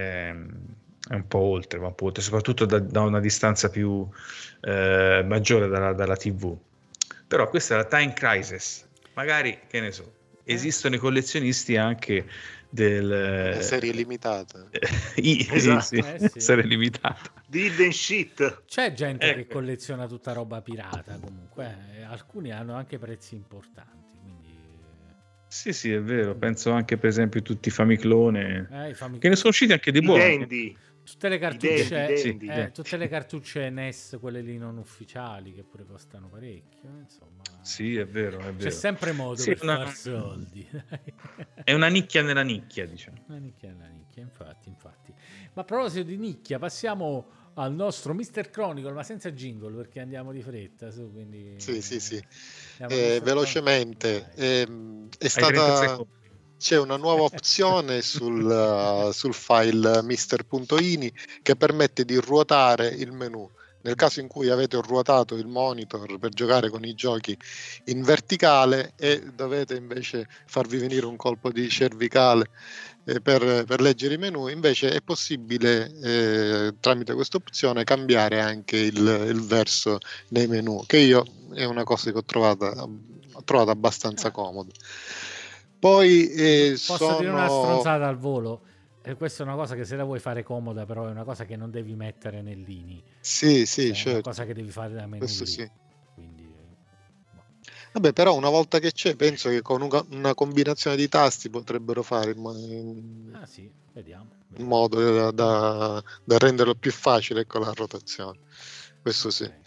è un po' oltre, va un po' oltre, soprattutto da una distanza più maggiore dalla TV. Però questa è la Time Crisis, magari, che ne so, esistono i collezionisti anche Una serie del... limitata. sì, Esatto. Sì. serie limitata. Di Hidden Shit. C'è gente che Ecco. colleziona tutta roba pirata comunque, alcuni hanno anche prezzi importanti, quindi Sì, è vero. Penso anche, per esempio, tutti i Famiclone, i che ne sono usciti anche di I buoni. Dandy. tutte le cartucce, Sì, tutte le cartucce NES, quelle lì non ufficiali, che pure costano parecchio, insomma. sì, è vero, è C'è vero. sempre modo Sì, per far soldi. è una nicchia nella nicchia, diciamo. Una nicchia, infatti. Ma a proposito di nicchia, passiamo al nostro Mr. Chronicle, ma senza jingle, perché andiamo di fretta, quindi Sì. andiamo al Mr. Velocemente, Chronicle. Vai. è Hai 30 stata... secondi. C'è una nuova opzione sul file mister.ini che permette di ruotare il menu. Nel caso in cui avete ruotato il monitor per giocare con i giochi in verticale e dovete invece farvi venire un colpo di cervicale per leggere i menu, invece è possibile tramite questa opzione cambiare anche il verso nei menu, che io è una cosa che ho trovato abbastanza Ah, comoda. Poi posso dire una sono... stronzata al volo? Questa è una cosa che se la vuoi fare comoda, però è una cosa che non devi mettere nell'INI. Sì, Cioè, è una cosa certo, che devi fare da menu questo lì. sì. Quindi, Vabbè, però una volta che c'è, penso che con una combinazione di tasti potrebbero fare ah sì, vediamo. in modo da renderlo più facile con la rotazione. Questo sì. Ok.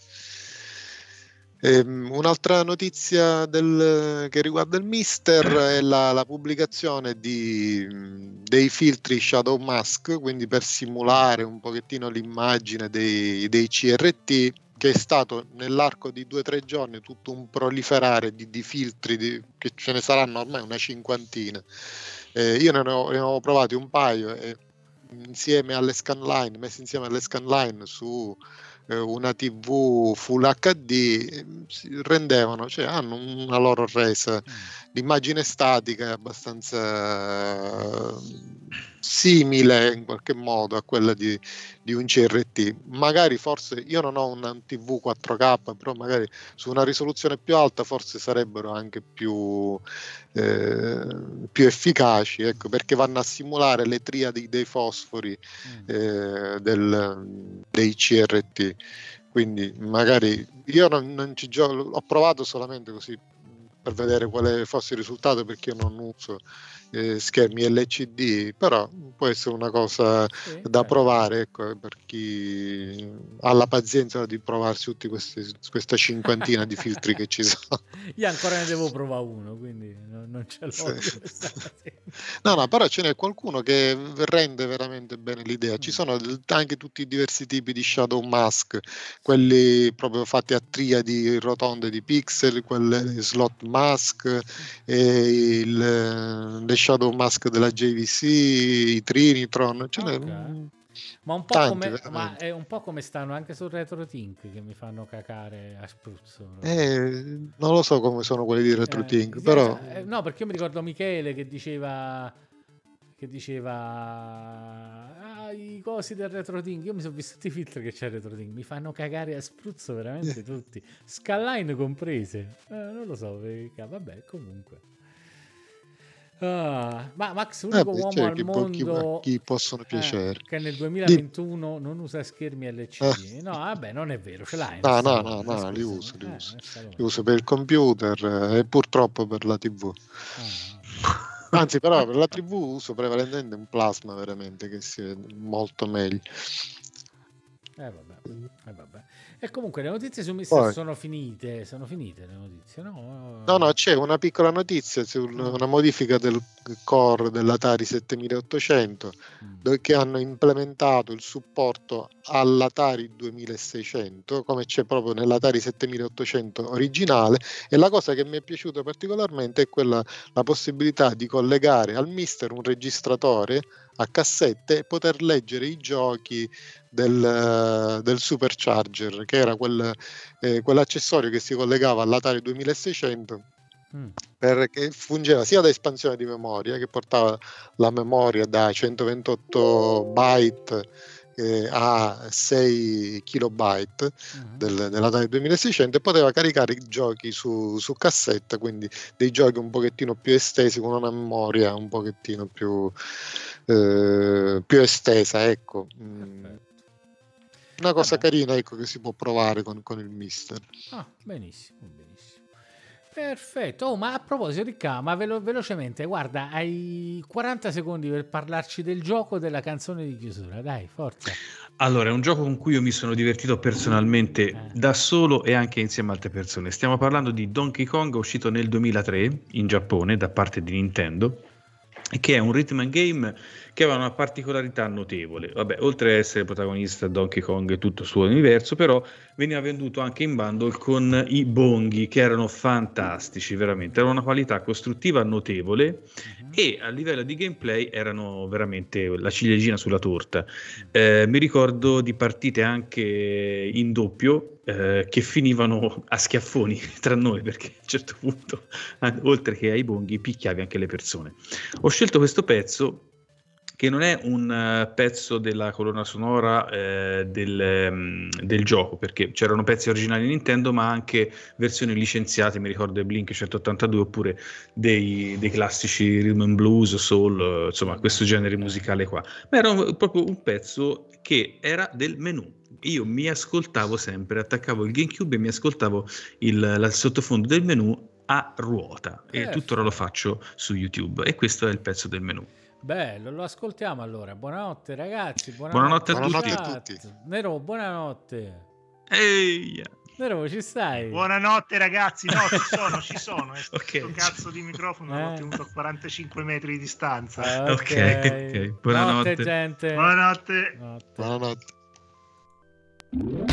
Un'altra notizia che riguarda il Mister è la pubblicazione dei filtri Shadow Mask, quindi per simulare un pochettino l'immagine dei CRT, che è stato nell'arco di 2 o 3 giorni tutto un proliferare di filtri, che ce ne saranno ormai una cinquantina. Io ne avevo provati un paio e messi insieme alle scanline su una TV Full HD si rendevano, cioè hanno una loro resa. L'immagine statica è abbastanza simile in qualche modo a quella di un CRT. Magari forse io non ho una TV 4K, però magari su una risoluzione più alta forse sarebbero anche più efficaci, ecco, perché vanno a simulare le triadi dei fosfori dei CRT. Quindi magari io non ci gioco, ho provato solamente così per vedere quale fosse il risultato, perché io non uso schermi LCD, però può essere una cosa Sì, da certo. provare, ecco, per chi ha la pazienza di provarsi tutti questa cinquantina di filtri che ci sono. Io ancora ne devo provare uno, quindi non ce l'ho Sì. io questa pazienza. No, però ce n'è qualcuno che rende veramente bene l'idea. Ci sono anche tutti i diversi tipi di Shadow Mask, quelli proprio fatti a triadi rotonde di pixel, quelle slot mask, e le Shadow Mask della JVC, i Trinitron, ce n'è Ok. Ma un po' tanti come, ma veramente. è un po' come stanno anche sul RetroTink che mi fanno cacare a spruzzo proprio. Non lo so come sono quelli di RetroTink, però No, perché io mi ricordo Michele che diceva i cosi del RetroTink. Io mi sono visto tutti i filtri che c'è il RetroTink, mi fanno cagare a spruzzo veramente tutti, Skyline comprese. Non lo so, vabbè, comunque. Ma Max, l'unico uomo al mondo chi possono piacere che nel 2021 non usa schermi LCD. No, vabbè, non è vero, ce l'hai. No, li uso per il computer e purtroppo per la TV. Anzi, però per la TV uso prevalentemente un plasma, veramente, che sia molto meglio. Vabbè. E comunque le notizie su Mister sono finite le notizie, no? No, c'è una piccola notizia su una modifica del core dell'Atari 7800 che hanno implementato il supporto all'Atari 2600 come c'è proprio nell'Atari 7800 originale, e la cosa che mi è piaciuta particolarmente è la possibilità di collegare al Mister un registratore a cassette e poter leggere i giochi del Supercharger, che era quell'accessorio che si collegava all'Atari 2600 perché fungeva sia da espansione di memoria, che portava la memoria da 128 byte a 6 kilobyte dell'Atari 2600, e poteva caricare i giochi su cassetta, quindi dei giochi un pochettino più estesi, con una memoria un pochettino più estesa, ecco. Una cosa carina, ecco, che si può provare con il Mister. Benissimo. Perfetto. Ma a proposito di ma velocemente, guarda, hai 40 secondi per parlarci del gioco, della canzone di chiusura, dai, forza. Allora, è un gioco con cui io mi sono divertito personalmente da solo e anche insieme a altre persone. Stiamo parlando di Donkey Kong, uscito nel 2003 in Giappone da parte di Nintendo, e che è un rhythm and game che aveva una particolarità notevole. Vabbè, oltre ad essere protagonista Donkey Kong e tutto il suo universo, però veniva venduto anche in bundle con i bonghi, che erano fantastici, veramente. Era una qualità costruttiva notevole e a livello di gameplay erano veramente la ciliegina sulla torta. Mi ricordo di partite anche in doppio che finivano a schiaffoni tra noi, perché a un certo punto, oltre che ai bonghi, picchiavi anche le persone. Ho scelto questo pezzo, che non è un pezzo della colonna sonora del gioco, perché c'erano pezzi originali Nintendo, ma anche versioni licenziate, mi ricordo Blink 182, oppure dei classici rhythm and blues, soul, insomma questo genere musicale qua. Ma era proprio un pezzo che era del menu. Io mi ascoltavo sempre, attaccavo il GameCube e mi ascoltavo il sottofondo del menu a ruota, e tuttora lo faccio su YouTube, e questo è il pezzo del menu. Bello, lo ascoltiamo allora. Buonanotte ragazzi, buonanotte a tutti. Nero, buonanotte. Ehi, Nero, ci stai? Buonanotte ragazzi. No, ci sono. Okay. Questo cazzo di microfono l'ho tenuto a 45 metri di distanza. Ok. Buonanotte gente. Buonanotte. Buonanotte.